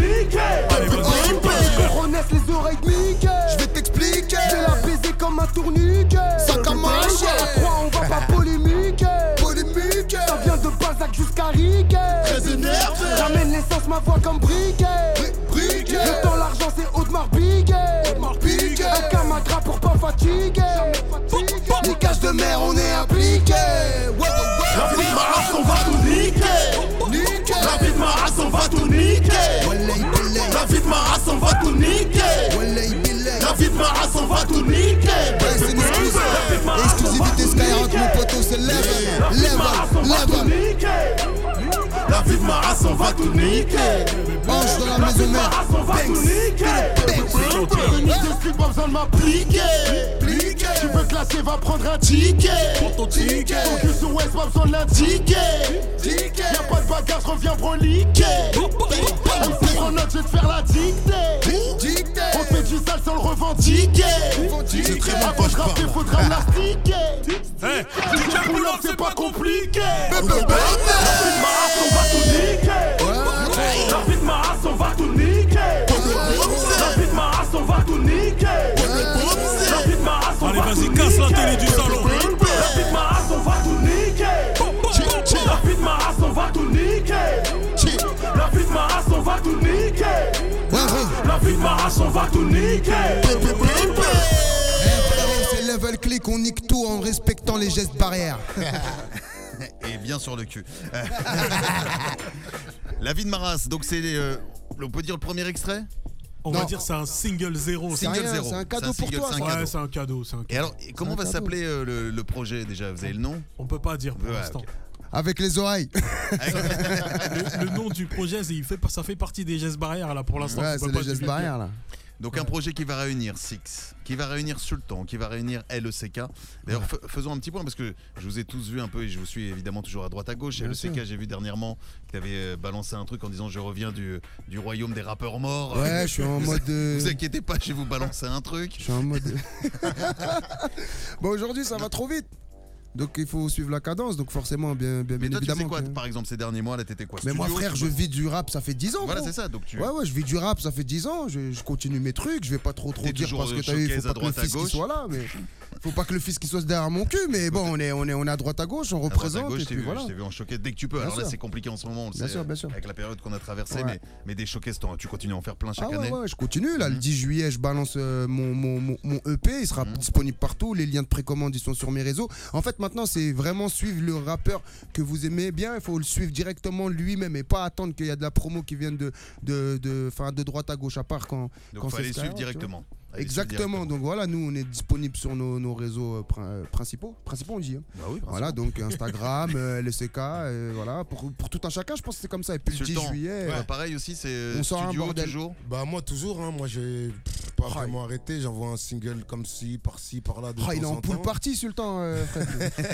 niquer. Renaissent les oreilles de Mickey. Je vais t'expliquer. Je vais la baiser comme un tourniquet. Ça commence. À trois, on va pas polémiquer. Polémique. Ça vient de Balzac jusqu'à Riquet. Très énervé. J'amène l'essence, ma voix comme briquet. Briquet. Le temps, l'argent, c'est Audemars Piguet. Piguet. Un camagra pour pas fatiguer. Les caches de mer, on est appliqué. La vie de ma race, on va tout niquer. La vie de ma race, on va tout niquer. La vie de ma race, on va tout niquer. La vie de ma race, on va tout niquer. C'est une excuse. Exclusivité Skyrock, mon poteau, c'est level. Level. Level. La vie de ma race, on va tout niquer. Mange dans la maison mère. On va tout niquer. Une de slip, pas besoin de m'appliquer. Tu veux classer, va prendre un ticket. Ton ticket. Ton cul sur West, pas besoin de l'indiquer. Y'a pas de bagarre, je reviens broliquer. Elle fait en note, je vais te faire la dictée. On te fait du sale sans le revendiquer. C'est très bien quand je rappe, il faudra me l'astiquer. Hey, Du pull-up, c'est pas compliqué. La vie de ma race, on va tout niquer. La vie de ma race, on va tout niquer. La vie de ma race, on va tout niquer. La vie de ma race, on Allez, va vas-y, tout casse la niquer. télé du salon. La vie de ma race, on va tout niquer. La vie de ma race, on va tout niquer. La vie de ma race, on va tout niquer. La vie de ma race, on va tout niquer. C'est Level Click, on nique tout en respectant les gestes barrières. Et bien sur le cul. La vie de ma race, donc c'est. euh, on peut dire le premier extrait? On Non. va dire c'est un single zéro. C'est Single rien, zéro. c'est un cadeau C'est un pour single, toi, c'est un ça. cadeau. Ouais, c'est un cadeau, c'est un cadeau. Et alors, comment un va cadeau. s'appeler euh, le, le projet déjà? Vous avez le nom? On peut pas dire pour Ouais, l'instant. ok. Avec les oreilles. Le, le nom du projet, c'est- il fait, ça fait partie des gestes barrières là pour l'instant. Ouais, on peut c'est pas les gestes divulguer. barrières là. Donc un projet qui va réunir Six, qui va réunir Sultan, qui va réunir L E C K. D'ailleurs, f- faisons un petit point parce que je vous ai tous vu un peu et je vous suis évidemment toujours à droite à gauche. Bien L E C K, sûr. j'ai vu dernièrement que tu avais balancé un truc en disant je reviens du, du royaume des rappeurs morts. Ouais, je suis en Vous- mode. euh, Vous inquiétez pas, je vais vous balancer un truc. Je suis en mode. Bon, aujourd'hui, ça va trop vite. Donc, il faut suivre la cadence. Donc, forcément, bien, bien, Mais bien toi, tu sais évidemment. quoi, que- par exemple, ces derniers mois, là, t'étais quoi? Mais moi, Studio, frère, tu je bosses- vis du rap, ça fait dix ans. Voilà, gros. c'est ça. Donc tu. Ouais, ouais, je vis du rap, ça fait dix ans. Je, je continue mes trucs. Je vais pas trop trop T'es dire toujours, parce que euh, t'as vu, il showcase faut à pas que le droite, à fils qui gauche. soit là. Mais Faut pas que le fils qui soit derrière mon cul, mais bon, on est, on est, on est à droite à gauche, on À droite, représente. à gauche, et je t'ai puis vu, voilà. je t'ai vu en showcase dès que tu peux. Bien Alors là, sûr. c'est compliqué en ce moment, on le Bien sait, sûr, bien sûr. avec la période qu'on a traversée, Ouais. mais, mais des showcases, t'en- tu continues à en faire plein chaque Ah ouais, année. ouais, je continue. Là, le dix juillet, je balance euh, mon, mon, mon, mon E P. Il sera Mhm. disponible partout. Les liens de précommande, ils sont sur mes réseaux. En fait, maintenant, c'est vraiment suivre le rappeur que vous aimez bien. Il faut le suivre directement lui-même et pas attendre qu'il y a de la promo qui vienne de, de, de, enfin, de droite à gauche, à part quand. Donc, quand faut c'est aller suivre extérieur, tu vois. directement. Allez, Exactement. Donc voilà, nous, on est disponible sur nos, nos réseaux euh, prin- euh, principaux. Principaux, on dit. hein. Bah oui, Voilà, donc Instagram, euh, L C K, euh, voilà. Pour, pour tout un chacun, je pense que c'est comme ça. Et puis le dix Sultan, juillet. bah, euh, pareil aussi, c'est on sort un studio bordel. toujours. Bah moi toujours, hein, moi j'ai pff, pas vraiment arrêté, j'envoie un single comme ci, par-ci, par-là de Ah, il est temps en en pool temps. party, Sultan, euh, Fred.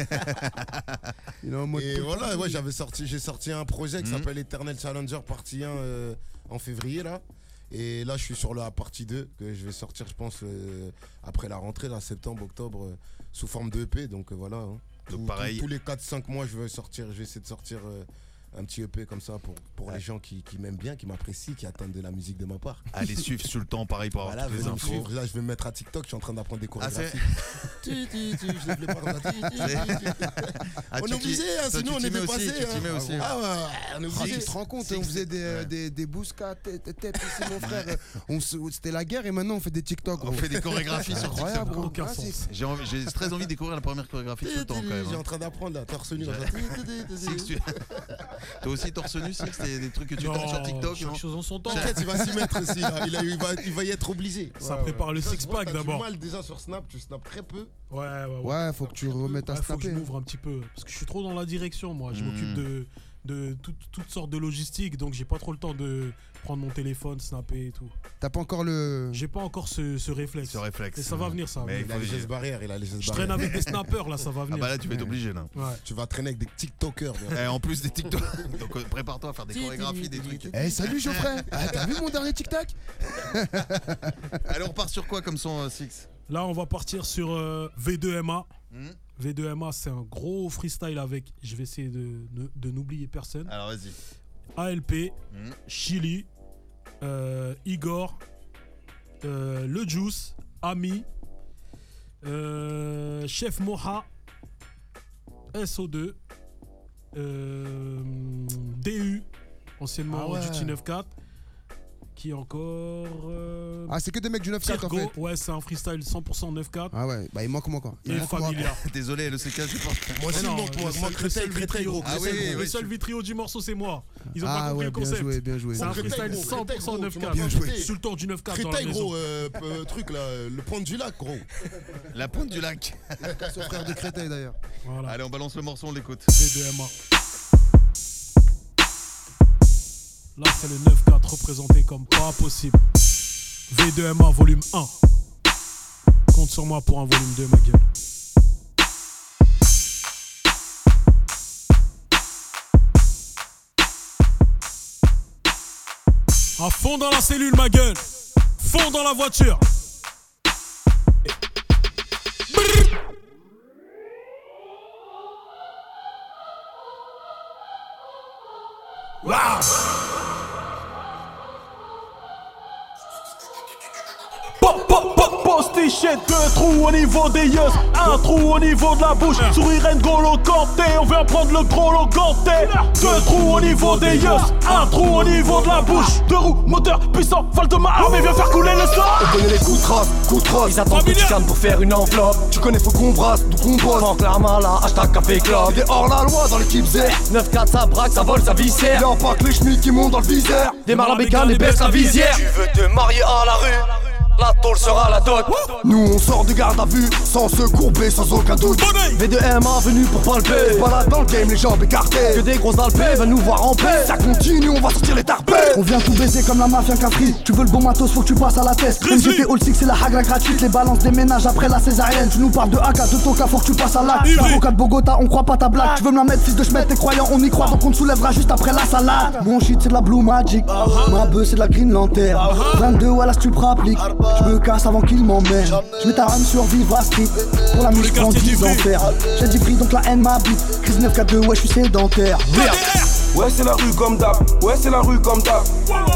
Il est en mode Et pool voilà, party. ouais, j'avais sorti, j'ai sorti un projet qui Mhm. s'appelle Eternal Challenger partie un euh, en février là. Et là je suis sur la partie deux que je vais sortir je pense euh, après la rentrée là, septembre, octobre, euh, sous forme de E P. Donc euh, voilà. hein. Donc, Tous- pareil. tous, tous les quatre cinq mois je vais sortir, je vais essayer de sortir euh, un petit E P comme ça pour, pour Ouais. les gens qui, qui m'aiment bien, qui m'apprécient, qui attendent de la musique de ma part. Allez suivre Sultan, pareil pour avoir Voilà, toutes les venez me infos. suivre. Là, je vais me mettre à TikTok. Je suis en train d'apprendre des Ah, c'est- chorégraphies. Tu, tu, tu, je les fais pas comme ça. Tu, tu, tu, tu. Ah, On tu est t'y- obligé, hein, toi, sinon tu on t'y est mets aussi, dépassé. tu t'y mets hein. aussi. Ah ouais, on est Ah, obligé. tu te rends compte, Six- on faisait des, Ouais. des, des bouscas, tête, tête, tête, ici mon frère. euh, on se- C'était la guerre et maintenant on fait des TikTok. On gros. fait des chorégraphies sur Incroyable, TikTok. gros. Aucun Ah, sens. c'est- J'ai envie- j'ai très envie de découvrir la première chorégraphie de Sultan quand même. J'ai hein. en train d'apprendre là, torse nu. J'ai- comme ça. Six, tu- Toi aussi torse nu, Six, c'est des trucs que tu tentes sur TikTok, chaque non chose en son temps. T'inquiète, il va s'y mettre aussi. Là. Il, a- il va, il va y être obligé. Ça Ouais, prépare ouais. le Ça, je six-pack vois, t'as du d'abord. mal déjà sur Snap, tu snaps très peu. Ouais, ouais, ouais. Ouais, faut que tu remettes à Ouais, faut que je snapper. m'ouvre un petit peu. Parce que je suis trop dans la direction, moi. Je Mm. m'occupe de, de tout- toutes sortes de logistique, donc j'ai pas trop le temps de prendre mon téléphone, snapper et tout. T'as pas encore le. J'ai pas encore ce, ce réflexe. Ce réflexe. Et ça va venir, ça. va Mais venir. Il a les faut- gestes barrières, il a les gestes Je traîne barrières. avec des snappers, là, ça va Ah venir. bah là tu vas être obligé là. Ouais. Tu vas traîner avec des TikTokers. bien. Et en plus des TikTok. Donc euh, prépare-toi à faire des chorégraphies, des trucs. Eh, salut Geoffrey. Ah, t'as vu mon dernier TikTok? Alors on part sur quoi comme son euh, Six? Là, on va partir sur euh, V deux M A. Hmm V deux M A, c'est un gros freestyle avec, je vais essayer de, de, de n'oublier personne. Alors vas-y. A L P, Hmm. Chili, euh, Igor, euh, Le Juice, Ami, euh, Chef Moha, S O deux, euh, D U, anciennement Ah ouais. du T neuf-quatre, qui encore euh, Ah, c'est que des mecs du neuf quatre en Tirgo, fait. ouais, c'est un freestyle cent pour cent neuf-quatre. Ah ouais, bah il manque moi quoi. Il Et manque moi. Familia. Désolé, le C K, je pense. Moi aussi, Mais non, il manque moi. le Moi, seul- Créteil, le seul Créteil, vitrio. gros. Ah oui, Créteil, Le oui, seul tu- vitrio du morceau, c'est moi. Ils ont pas Ah compris ouais, le bien concept. joué, bien joué. C'est un Créteil, freestyle gros, cent pour cent Créteil, gros, neuf-quatre. tu m'as bien joué. Sultan du neuf-quatre dans la Créteil, maison. gros, euh, p- euh, truc là, euh, le point du lac, gros. La pointe du lac. Son frère de Créteil d'ailleurs. Voilà. Allez, on balance le morceau, on l'écoute. V deux M A. Là, c'est le neuf-quatre représenté comme pas possible. V deux M A volume un. Compte sur moi pour un volume deux, ma gueule. À fond dans la cellule, ma gueule. Fond dans la voiture. Pop, pop, pop, postichette, deux trous au niveau des yeux, un trou au niveau de la bouche, sourire N'Golo Kanté, on vient prendre le gros lot ganté. Deux trous au niveau des yeux, un trou au niveau de la bouche, deux roues, moteur puissant, Val de ma armée, viens faire couler le sang. On connaît les coups de trace, coups de trace. Ils attendent que tu calmes pour faire une enveloppe. Tu connais, faut qu'on brasse, d'où qu'on bosse. Franck Larmala, hashtag café club. C'est des hors la loi dans l'équipe Z. neuf quatre, ça braque, ça vole, ça viscère. Y'a pas que les chemises qui montent dans le viseur. Démarre la bécane et baisse la visière. Tu veux te marier à la rue, la tôle sera la dot. Nous on sort de garde à vue, sans se courber, sans aucun doute. V deux M A venu pour palper. Balade dans le game, les jambes écartées. Que des grosses alpés veulent nous voir en paix. Ça continue, on va sortir les tarpés. On vient tout baiser comme la mafia Capri. Tu veux le bon matos, faut que tu passes à la test. M G P All Six, c'est la hagra gratuite. Les balances des ménages après la césarienne. Tu nous parles de A K, de Toka, faut que tu passes à l'acte. Avocat de Bogota, on croit pas ta blague. Tu veux me la mettre, fils de Schmet, t'es croyant, on y croit. Donc on te soulèvera juste après la salade. Mon shit, c'est de la Blue Magic. Ma bœuf, c'est de la Green Lantern. vingt-deux, voilà, stupra applique. Je me casse avant qu'il m'emmène. Je mets ta rame sur Viva Street. Pour la musique, je prends dix enfers. J'ai du prix, donc la haine m'habite. Crise neuf quatre deux, ouais, je suis sédentaire. Ouais c'est la rue comme d'hab, ouais c'est la rue comme d'hab.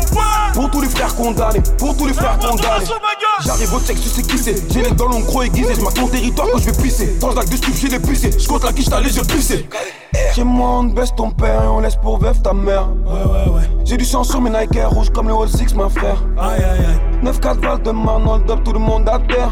Pour tous les frères condamnés, pour tous les frères condamnés. J'arrive au texte, tu sais qui c'est. J'ai les dents longues, gros aiguisés. J'marque mon territoire que je vais pisser. Dans le lac de stuff, j'ai les pucés. J'compte la quiche, t'as les yeux plissés. Chez moi on baisse ton père et on laisse pour veuf ta mère. Ouais ouais ouais. J'ai du sang sur mes Nike rouges comme les All Six ma frère. Aïe aïe aïe. neuf quatre Val de Marne dans le dub, tout le monde à terre.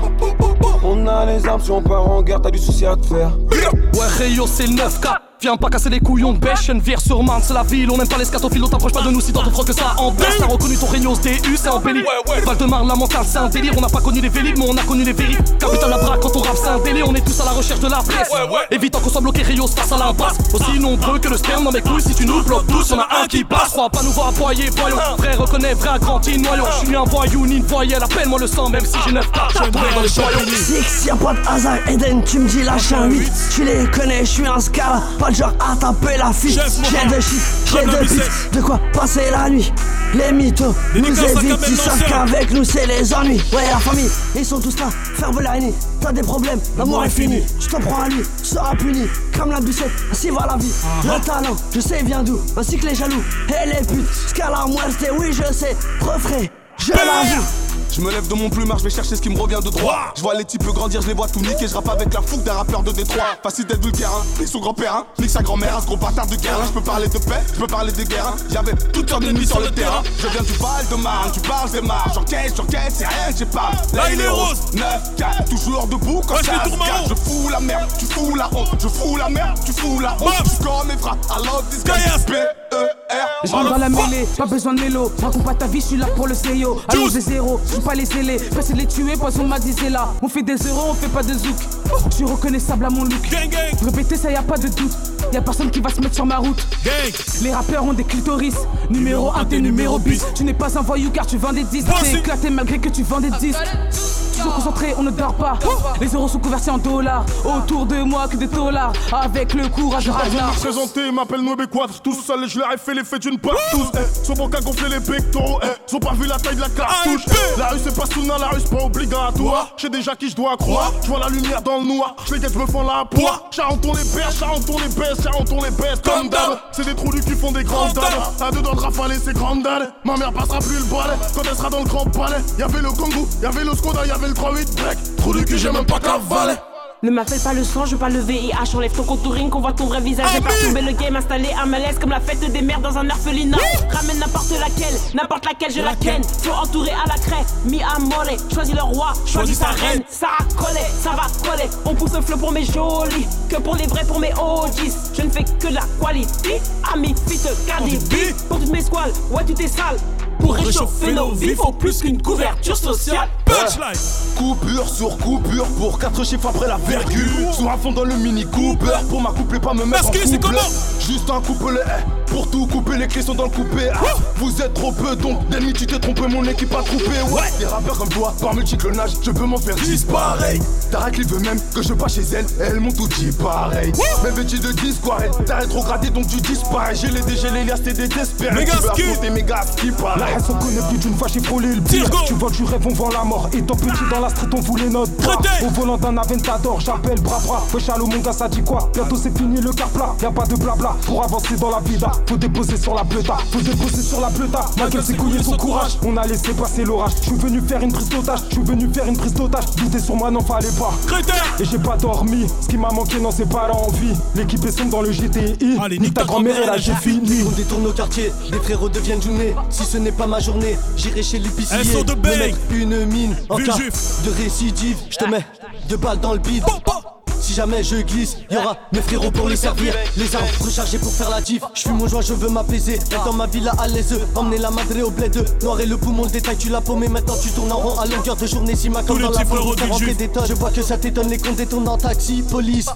On a les armes, si on part en guerre, t'as du souci à te faire. Ouais Rayo c'est le neuf K. Viens pas casser les couillons de bêche, une vire sur Marne, c'est la ville, on aime pas les scatophiles, t'approche pas de nous si dans ton froc que ça en baisse. T'as reconnu ton Reynos D U, c'est embelli. Val de Marne, la mentale, c'est un délire, on n'a pas connu les vélib, mais on a connu les vérités. Capital la braque, quand on rappe, c'est un délire, on est tous à la recherche de la presse. Évitant qu'on soit bloqué Reyos face à l'impasse. Aussi nombreux que le sperme dans mes couilles, si tu nous bloques tous, y'en a un qui passe. Crois pas nous voir aboyer, voyons. Frère reconnaît vrai agrandi, noyons. J'suis ni un voyou ni une voyelle, appelle-moi le sang, même si j'ai neuf cartes, j'entends dans les choyons. Six, y'a pas de hasard, Eden, tu me dis lâche un huit. Tu les connais, j'suis un scala, pas de genre à taper la fille. J'ai de shit, j'ai de pute, de quoi passer la nuit. Les mythos nous évitent, ils savent qu'avec nous c'est les ennuis. Ouais la famille, ils sont tous là, ferme la haine. T'as des problèmes, l'amour est fini. Je t'en prends à lui, tu seras puni. Crame la bucette, ainsi va la vie. Le talent, je sais vient d'où, ainsi que les jaloux et les putes. Scala muerte, oui je sais, refrais, je l'avoue. Je me lève de mon plumard, je vais chercher ce qui me revient de droit. Je vois les types grandir, je les vois tout niquer. Je rappe avec la fougue d'un rappeur de Détroit. Facile d'être vulgaire, hein. Nique son grand-père, hein. Nique sa grand-mère, hein. Ce gros bâtard de guerre. Je peux parler de paix, je peux parler de guerre, hein. J'avais toutes sortes d'ennemis sur le terrain. Je viens du Val de Marne, tu parles des marres. J'enquête, j'enquête, c'est rien que j'ai pas. Là il est rose, neuf quatre, toujours debout quand ça se casse. Je fous la merde, tu fous la honte. Je fous la merde, tu fous la honte. Je suis comme mes frappes, I love this guy. P E R. Je rentre dans la mêlée, pas besoin de mélo. Raconte pas ta vie, je suis là pour le C E O. Allons c'est zéro, je pas les scellés. Pressé de les tuer, poisson m'a dit c'est là. On fait des euros, on fait pas de zouk. Je suis reconnaissable à mon look. Répétez ça, y a pas de doute. Y'a personne qui va se mettre sur ma route. Les rappeurs ont des clitoris. Numéro un, t'es numéro bis. Tu n'es pas un voyou car tu vends des disques. T'es éclaté malgré que tu vends des disques. Toujours concentré, on ne dort pas. Les euros sont convertis en dollars. Autour de moi que des dollars. Avec le courage de Ragnar. Je présenté, m'appelle Noébé Quadre. Tous seuls, je leur ai fait l'effet d'une partouze. Eh, sont bons qu'à gonfler les pectoraux. Eh, sont pas vu la taille de la cartouche. Eh, la rue c'est pas Souna, la rue c'est pas obligatoire. J'sais déjà qui je dois croire. Je vois la lumière dans le noir. Je les guette, je me fends la poire. Charenton les baisse, Charenton les baisse, Charenton les baisse. Comme d'hab, c'est des trous du cul font des grandes dames. À deux doigts de rafaler, c'est grande dalle. Ma mère passera plus le balai quand elle sera dans le grand palais. Y'avait le Congo, y'avait le Skoda, y'avait le trois huit break. Trou du cul, j'ai même pas cavaler. Ne m'appelle pas le sang, je veux pas le V I H. Enlève ton contouring, qu'on voit ton vrai visage. J'ai perturbé le game, installé un malaise comme la fête des mères dans un orphelinat. Ramène n'importe laquelle, n'importe laquelle, je la ken. Faut entourer à la craie, mi amore. Choisis le roi, choisis sa reine. Ça a collé, ça va coller. On pousse le flow pour mes jolis, que pour les vrais, pour mes O Gs. Je ne fais que de la qualité. Ami, fit, Cardi B. Pour toutes mes squales, ouais, tu t'es sale. Pour réchauffer nos vies, faut plus qu'une couverture sociale. Punchline. Coupure sur coupure pour quatre chiffres après la virgule. Sous un fond dans le Mini Cooper pour ma couple et pas me mettre en couple. Juste un couplet, eh, pour tout couper, les clés sont dans le coupé. Ah, vous êtes trop peu donc d'ennemis, tu t'es trompé, mon équipe a troupé. Ouais, des rappeurs comme toi, par multiclonage, je peux m'en faire disparaître. Tarak veut même que je passe chez elle, elles m'ont tout dit pareil. Même vêtu de disquarelle, t'as rétrogradé donc tu disparais. J'ai les dégélés, les t'es des désespérés. Tu veux affronter mes gars qui parlent. La haine s'en connaît plus d'une fois, j'ai frôlé le pire. Tu vois du rêve, on vend la mort. Et tant petit dans la street, on voulait notre bras. Au volant d'un Aventador, j'appelle bras bras. Wesh allô mon gars, ça dit quoi? Bientôt c'est fini le car plat. Y'a pas de blabla pour avancer dans la vida. Faut déposer sur la pleuta, faut déposer sur la pleuta. Ma gueule s'est couillé son courage. On a laissé passer l'orage. J'suis venu faire une prise d'otage. J'suis venu faire une prise d'otage. Douter sur moi, n'en fallait pas. Et j'ai pas dormi. Ce qui m'a manqué, non, c'est pas l'envie. L'équipe est sombre dans le G T I. Allez, nique ta grand-mère et là j'ai fini. On détourne au quartier, les frérots deviennent journée. Si ce n'est pas ma journée, j'irai chez l'épicier. Elles sont de me mettre une mine en cas de récidive. Je te mets deux balles dans le bide. Si jamais je glisse, y'aura mes frérots pour les servir. Les armes rechargées pour faire la diff. J'fuis mon joint, je veux m'apaiser. Être dans ma villa à l'aise. Emmener la madré au bled. Noir et le poumon, le détail, tu l'as paumé. Maintenant tu tournes en rond à longueur de journée. Si ma comme dans la voie, t'as rempli des tonnes. Je vois que ça t'étonne, les comptes détournent en taxi, police.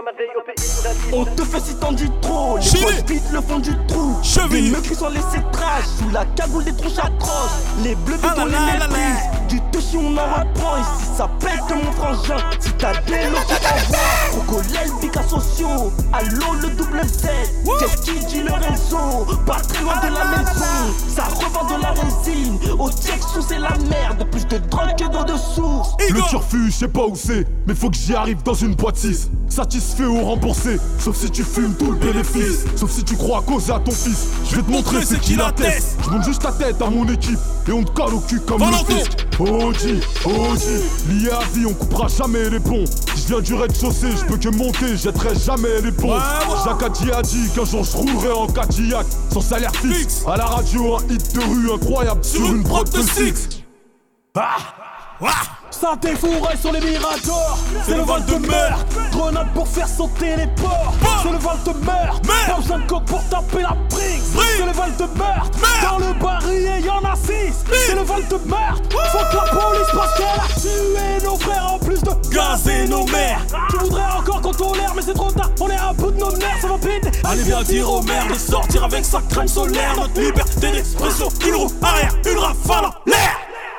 On te fait si t'en dis trop. Les poches vides le fond du trou. Les mecs qui sont laissés trash. Sous la cagoule des tronches atroces. Les bleus on les méprise. Du touchy on en reprend. Ici ça pète mon frangin. Si t'as des lots, tu t'envoies. Crocodile, Bica sociaux. Allô, le double Z. Qu'est-ce qui dit le réseau? Pas très loin de la maison. Ça revend de la résine. Au Texas, c'est la merde. Plus de drogue que d'eau de source. Le turfu, je sais pas où c'est, mais faut que j'y arrive dans une boîte six. Satisfait ou remboursé, sauf si tu fumes tout le bénéfice. Sauf si tu crois causer à ton fils. Je vais te montrer c'est qui la tête. Je monte juste ta tête à mon équipe et on te colle au cul comme le fisc. O G, O G, lié à vie, on coupera jamais les ponts. Je viens du rez-de-chaussée, je peux que monter, jetterai jamais les ponts. Jacques a dit a dit qu'un jour je roulerai en Cadillac sans salaire fixe. À la radio, un hit de rue incroyable sur une prod de six. Ah, ah. Ça défourrait sur les miradors. C'est le vol de meurtre. Grenade pour faire sauter les ports. C'est le vol de meurtre. Pas besoin de coke pour taper la brique. C'est le vol de meurtre. Dans le barillet y'en a six. C'est le vol de meurtre. Faut que la police pense qu'elle a tué nos frères en plus de gazer nos mères. Tu voudrais encore qu'on tolère mais c'est trop tard. On est à bout de nos nerfs, ça va péter. Allez viens dire aux mères de sortir avec sa crème solaire. Notre liberté d'expression, une roue arrière, une rafale en l'air.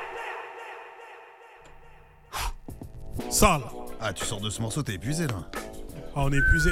Sale. Ah, tu sors de ce morceau, t'es épuisé là. Ah, on est épuisé.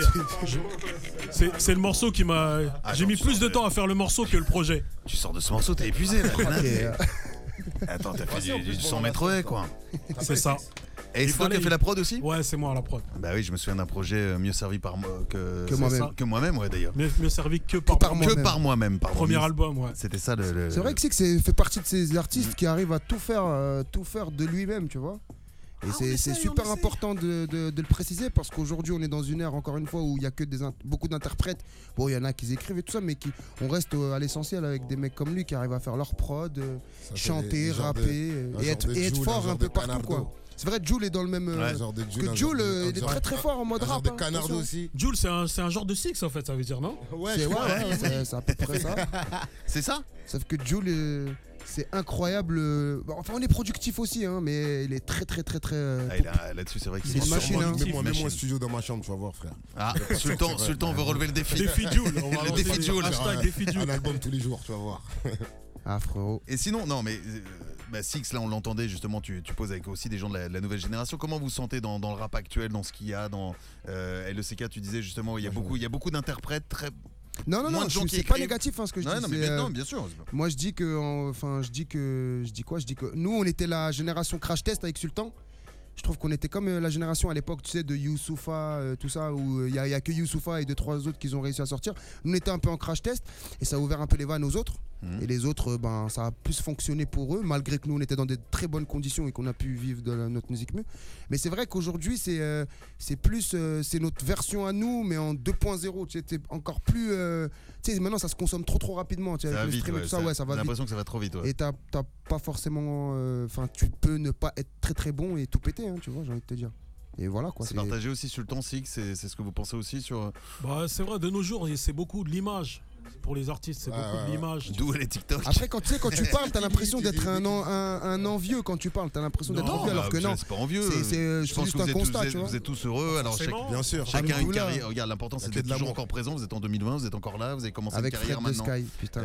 C'est, c'est le morceau qui m'a. Ah, J'ai non, mis tu plus sors de de- temps à faire le morceau que le projet. Tu sors de ce morceau, t'es épuisé là. rien à Ok. dire. Attends, t'as fait du, du cent mètres haies quoi. C'est ça. Et Il c'est toi qui fallait- as fait la prod aussi? Ouais, c'est moi la prod. Bah oui, je me souviens d'un projet euh, mieux servi par moi que, Que c'est moi-même. ça. Que moi-même, ouais d'ailleurs. Mieux, mieux servi que par, par Que moi-même. par moi-même, pardon. Premier Mieux- album, ouais. C'était ça le. le- C'est vrai que c'est que c'est fait partie de ces artistes qui arrivent à tout faire, euh, tout faire de lui-même, tu vois. Et c'est c'est super important de, de- de le préciser parce qu'aujourd'hui on est dans une ère encore une fois où il y a que des in- beaucoup d'interprètes. Bon, il y en a qui écrivent et tout ça, mais qui on reste euh, à l'essentiel avec des mecs comme lui qui arrivent à faire leur prod, euh, Ça fait chanter, des- des genres rapper de- euh, un et genre être, de et être Jul, un fort genre un de peu partout Canardo. quoi. C'est vrai, Jul est dans le même. euh, Ouais, genre de Jul, un que genre Jul, de- euh, un il est genre très de- très fort en mode un genre rap. de hein, Canardo attention. aussi. Jules, c'est un, c'est un genre de six en fait, ça veut dire, non? Ouais, C'est je ouais, crois. ouais, c'est- c'est à peu près ça. C'est ça. Sauf que Jul, euh, c'est incroyable. euh, bon, enfin, on est productif aussi, hein, mais il est très très très très. euh, Ah, il a- Là-dessus, c'est vrai qu'il C'est une machine, hein. Mets-moi Machine. mets-moi un studio dans ma chambre, tu vas voir, frère. Ah, Je vais pas Sultan, sortir, Sultan ouais. veut relever le défi. Défi Jul, on va Le lancer défi le Jul. hashtag défi Jul. Un album tous les jours, tu vas voir. Ah, frérot. Et sinon, non, mais euh, bah, Six, là, on l'entendait justement, tu, tu poses avec aussi des gens de la, de la nouvelle génération. Comment vous vous sentez dans, dans le rap actuel, dans ce qu'il y a, dans euh, L E C K, tu disais justement, il y a beaucoup, il y a beaucoup d'interprètes très. Non, non, moins non, de je- gens qui c'est pas écrivent. négatif hein, ce que je Ouais, dis. non, mais c'est, bien- euh, non, bien sûr. Moi, je dis que, en- enfin, je dis que, je dis quoi Je dis que nous, on était la génération crash test avec Sultan. Je trouve qu'on était comme euh, la génération à l'époque, tu sais, de Youssoufa, euh, tout ça, où il n'y a, y a que Youssoufa et deux, trois autres qui ont réussi à sortir. Nous, on était un peu en crash test et ça a ouvert un peu les vannes aux autres. Mhm. Et les autres, euh, ben, ça a plus fonctionné pour eux, malgré que nous, on était dans des très bonnes conditions et qu'on a pu vivre de la- notre musique mieux. Mais c'est vrai qu'aujourd'hui, c'est euh, c'est plus, euh, c'est notre version à nous, mais en deux point zéro. Tu sais, c'est encore plus. euh, tu sais, maintenant, ça se consomme trop, trop rapidement. Tu sais, Ça va avec le vite, stream et ouais, tout ça, ça- ouais, ça va j'ai vite. l'impression que ça va trop vite, ouais. Et t'as t'as pas forcément. Enfin, tu peux ne pas être très très bon et tout péter, hein, tu vois, j'ai envie de te dire. Et voilà quoi. C'est partagé aussi sur le temps, Six, c'est c'est ce que vous pensez aussi sur. Bah, c'est vrai, de nos jours, c'est beaucoup de l'image. Pour les artistes, c'est Ouais, beaucoup ouais, de ouais. l'image. D'où les TikTok. Après, quand tu sais, quand tu parles, t'as l'impression d'être un, en- un, un envieux quand tu parles. T'as l'impression d'être Non, envieux alors bah, que vous non. êtes pas envieux. C'est- C'est Je c'est pense juste que un vous êtes, constat, vous tu êtes, vois. vous êtes tous heureux. Alors, chaque- Bien sûr. chacun a une Alhamdoulilah. carrière. Regarde, l'important c'est Il y a d'être de toujours l'amour. encore présent. Vous êtes en deux mille vingt, vous êtes encore là, vous avez commencé Avec une carrière Fred de maintenant. Sky, putain.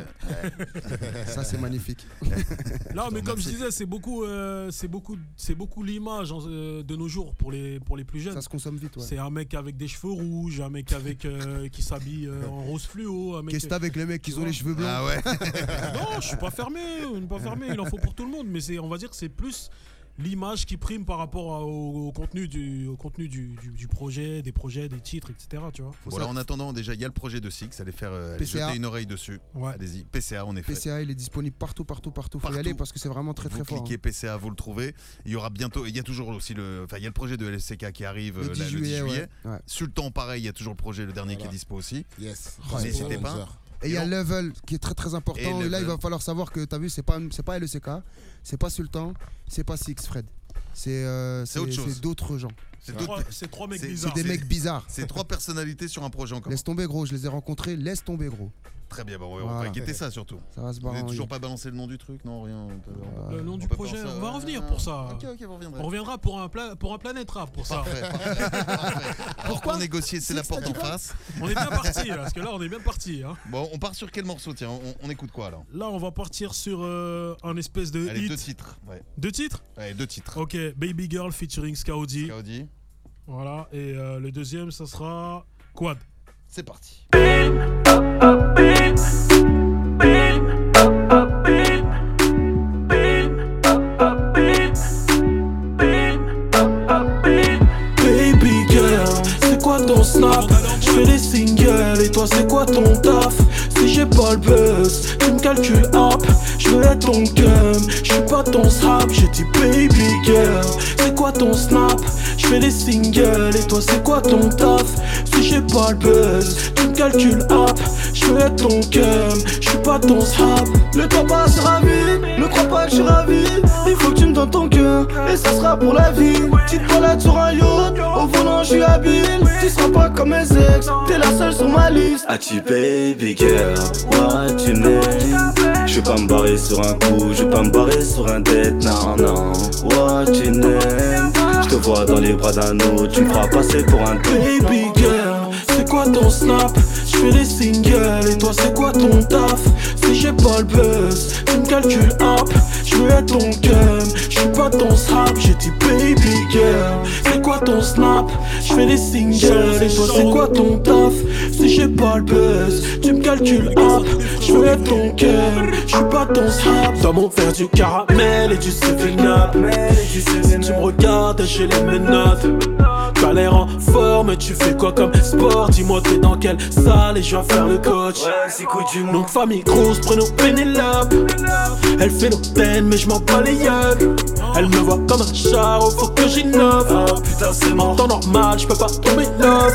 Euh, Ça, c'est magnifique. Non, mais comme je remercie. disais, c'est beaucoup, euh, c'est beaucoup, c'est beaucoup l'image euh, de nos jours pour les, pour les plus jeunes. Ça se consomme vite, ouais. C'est un mec avec des cheveux rouges, un mec avec euh, qui s'habille euh, en rose fluo. un mec- Qu'est-ce que t'as avec les mecs qui ont les cheveux blancs? Ah ouais. Non, je suis pas fermé, je suis pas fermé. Il en faut pour tout le monde, mais c'est, on va dire que c'est plus l'image qui prime par rapport à- au, au contenu du, au contenu du, du, du projet, des projets, des titres, et cetera. Tu vois. Bon, alors, en attendant, déjà, il y a le projet de Six. Allez faire euh, allez P C A. jeter une oreille dessus. Ouais. Allez-y. P C A, en effet. P C A, il est disponible partout, partout, partout. Faut y Partout. aller parce que c'est vraiment très, Vous très fort. cliquez hein. P C A, vous le trouvez. Il y aura bientôt, il y a toujours aussi le, enfin il y a le projet de L C K qui arrive Le euh, dix là, juillet, juillet. ouais. Ouais. Sultan, pareil, il y a toujours le projet, le dernier Voilà. qui est dispo aussi. Yes. N'hésitez pas. Sponsor. Et il y a Et on- Level qui est très très important. Et Et là, il Level. va falloir savoir que t'as vu, c'est pas c'est pas L E C K, c'est pas Sultan, c'est pas Six Fred. C'est euh, C'est autre chose. C'est d'autres gens. C'est trois, d'autres- c'est trois mecs c'est- bizarres. C'est des mecs bizarres. C'est trois personnalités sur un projet en commun. Laisse tomber, gros. Je les ai rencontrés. Laisse tomber, gros. Très bien, bon, ouais, on Voilà. va guetter ça surtout. Ça va se Vous n'avez barrer. toujours pas balancé le nom du truc, non, rien. on peut- on peut- Le nom on du peut projet, faire ça. on va revenir pour ça. Ok, ok, vous reviendrez. On reviendra pour un, pla- pour un Planète Rap pour ça. Parfait, parfait, parfait. Pourquoi négocier, c'est la porte en face. On est bien parti, là, parce que là, on est bien parti. Hein. Bon, on part sur quel morceau, tiens, on, on écoute quoi alors? Là, on va partir sur euh, un espèce de Allez, hit. deux titres. Ouais. Deux titres Ouais, deux titres. Ok, Baby Girl featuring Skaudi. Skaudi. Voilà, et euh, le deuxième, ça sera Quad. C'est parti. Baby girl, c'est quoi ton snap? J'fais des singles et toi c'est quoi ton taf? Si j'ai pas le buzz, tu me calcules up. J'veux être ton cum, j'suis pas ton strap. J'ai dit baby girl, c'est quoi ton snap? J'fais des singles et toi c'est quoi ton taf? Si j'ai pas le buzz, tu me calcules up. J'veux être ton cum, j'suis pas ton strap. Le temps passe ravi, ne crois pas que je suis ravi. Il faut que tu me donnes ton cœur, et ça sera pour la vie. Petite balade sur un yacht, au volant je suis habile. Tu seras pas comme mes ex, t'es la seule sur ma liste. As-tu baby girl, what you name? Je vais pas me barrer sur un coup, je vais pas me barrer sur un date, non non. What you name? Je te vois dans les bras d'un autre, tu me feras passer pour un baby girl, c'est quoi ton snap? J'fais des singles et toi c'est quoi ton taf? Si j'ai pas le buzz, tu me calcules up. J'veux être ton cum, j'suis pas ton strap. J'ai dit baby girl, c'est quoi ton snap? J'fais des singles et toi c'est quoi ton taf? Si j'ai pas le buzz, tu me calcules up. J'veux être ton cum, j'suis pas ton strap. Dans mon verre du caramel et du seven up. Si tu me regardes, j'ai les menottes. T'as l'air en forme, tu fais quoi comme sport? Dis-moi t'es dans quelle salle et je vais faire le coach. Ouais, c'est coup du monde. Donc famille grosse, prénom Pénélope. Elle fait l'hôtel mais je m'en bats les yeux. Elle me voit comme un char, faut que j'innove. Oh putain c'est mort. En temps normal, je peux pas tomber love.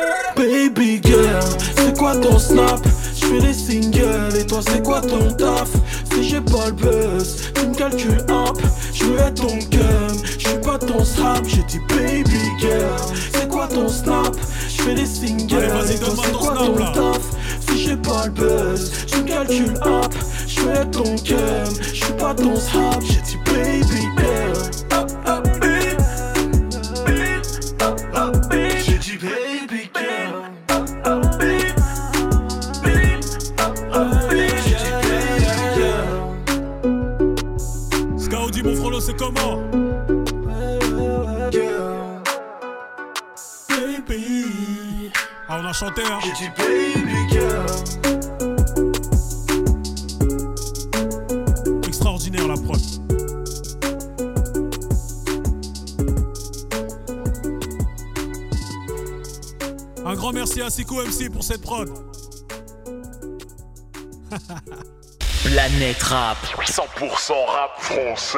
Baby girl, c'est quoi ton snap? J'fais des singles et toi c'est quoi ton taf? Si j'ai pas le buzz, tu me calcules up. J'veux être ton cum, j'suis pas ton strap. J'ai dit baby girl, c'est quoi ton snap? J'fais des singles et toi c'est quoi ton taf? Si j'ai pas le buzz, tu me calcules up. J'veux être ton cum, j'suis pas ton strap. J'ai dit baby girl. Up, up, beat. Beat. Up, up, beat. J'ai dit baby girl. Up, up, beat. Beat. Up, up, beat. J'ai dit baby girl. Skaudi, mon frollo, c'est comment? Baby. Ah, on a chanté, hein? J'ai dit baby girl. Extraordinaire la prod. Un grand merci à Siko M C pour cette prod. Planète Rap, cent pour cent rap français.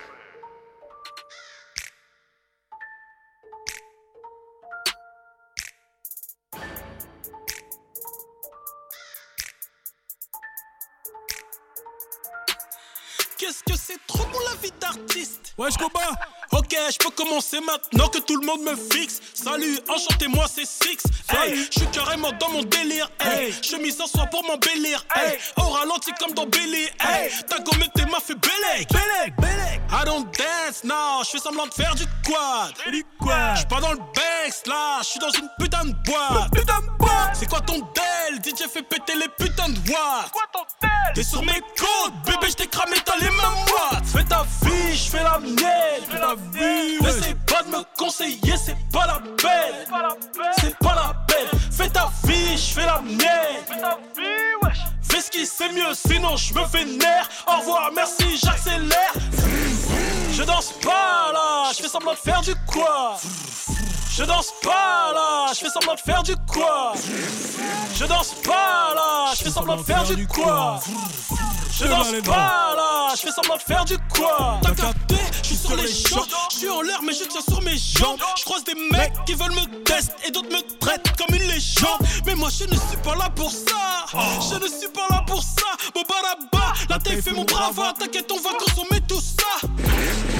Qu'est-ce que c'est trop pour la vie d'artiste? Ouais, je combat. Ok, je peux commencer maintenant que tout le monde me fixe. Salut, enchanté, moi c'est Six. Hey, je suis carrément dans mon délire. Hey, chemise en soie pour m'embellir. Hey, au ralenti comme dans Billy. Hey, ta gommette m'a fait bellec. Bellec, bellec. I don't dance, non, je fais semblant de faire du quad. Du quad. Je suis pas dans le Banks là, je suis dans une putain de boîte. Putain de boîte. C'est quoi ton del? D J fait péter les putains de watts. Quoi ton del? T'es sur mes côtes, bébé, je t'ai cramé, t'as les mêmes watts. Fais ta vie, je fais la mienne. Fais la vie, ouais. N'essaie pas de me conseiller, c'est pas la peine. C'est pas la peine. Fais ta vie, je fais la mienne. Fais ta vie, wesh. Fais ce qui c'est mieux, sinon je me vénère. Au revoir, merci, j'accélère. Je danse pas là, je fais semblant de faire du quoi. Je danse pas là, je fais semblant de faire du quoi. Je danse pas là, je fais semblant de faire du quoi. Je danse pas là, je fais semblant de faire du quoi. T'as capté, je suis sur les champs. Je suis en l'air mais je tiens sur mes jambes. Je croise des mecs qui veulent me tester et d'autres me traitent comme une légende. Mais moi je ne suis pas là pour ça. Je ne suis pas là pour ça. Bon bah là-bas, la taille fait mon brava. T'inquiète on va consommer tout ça.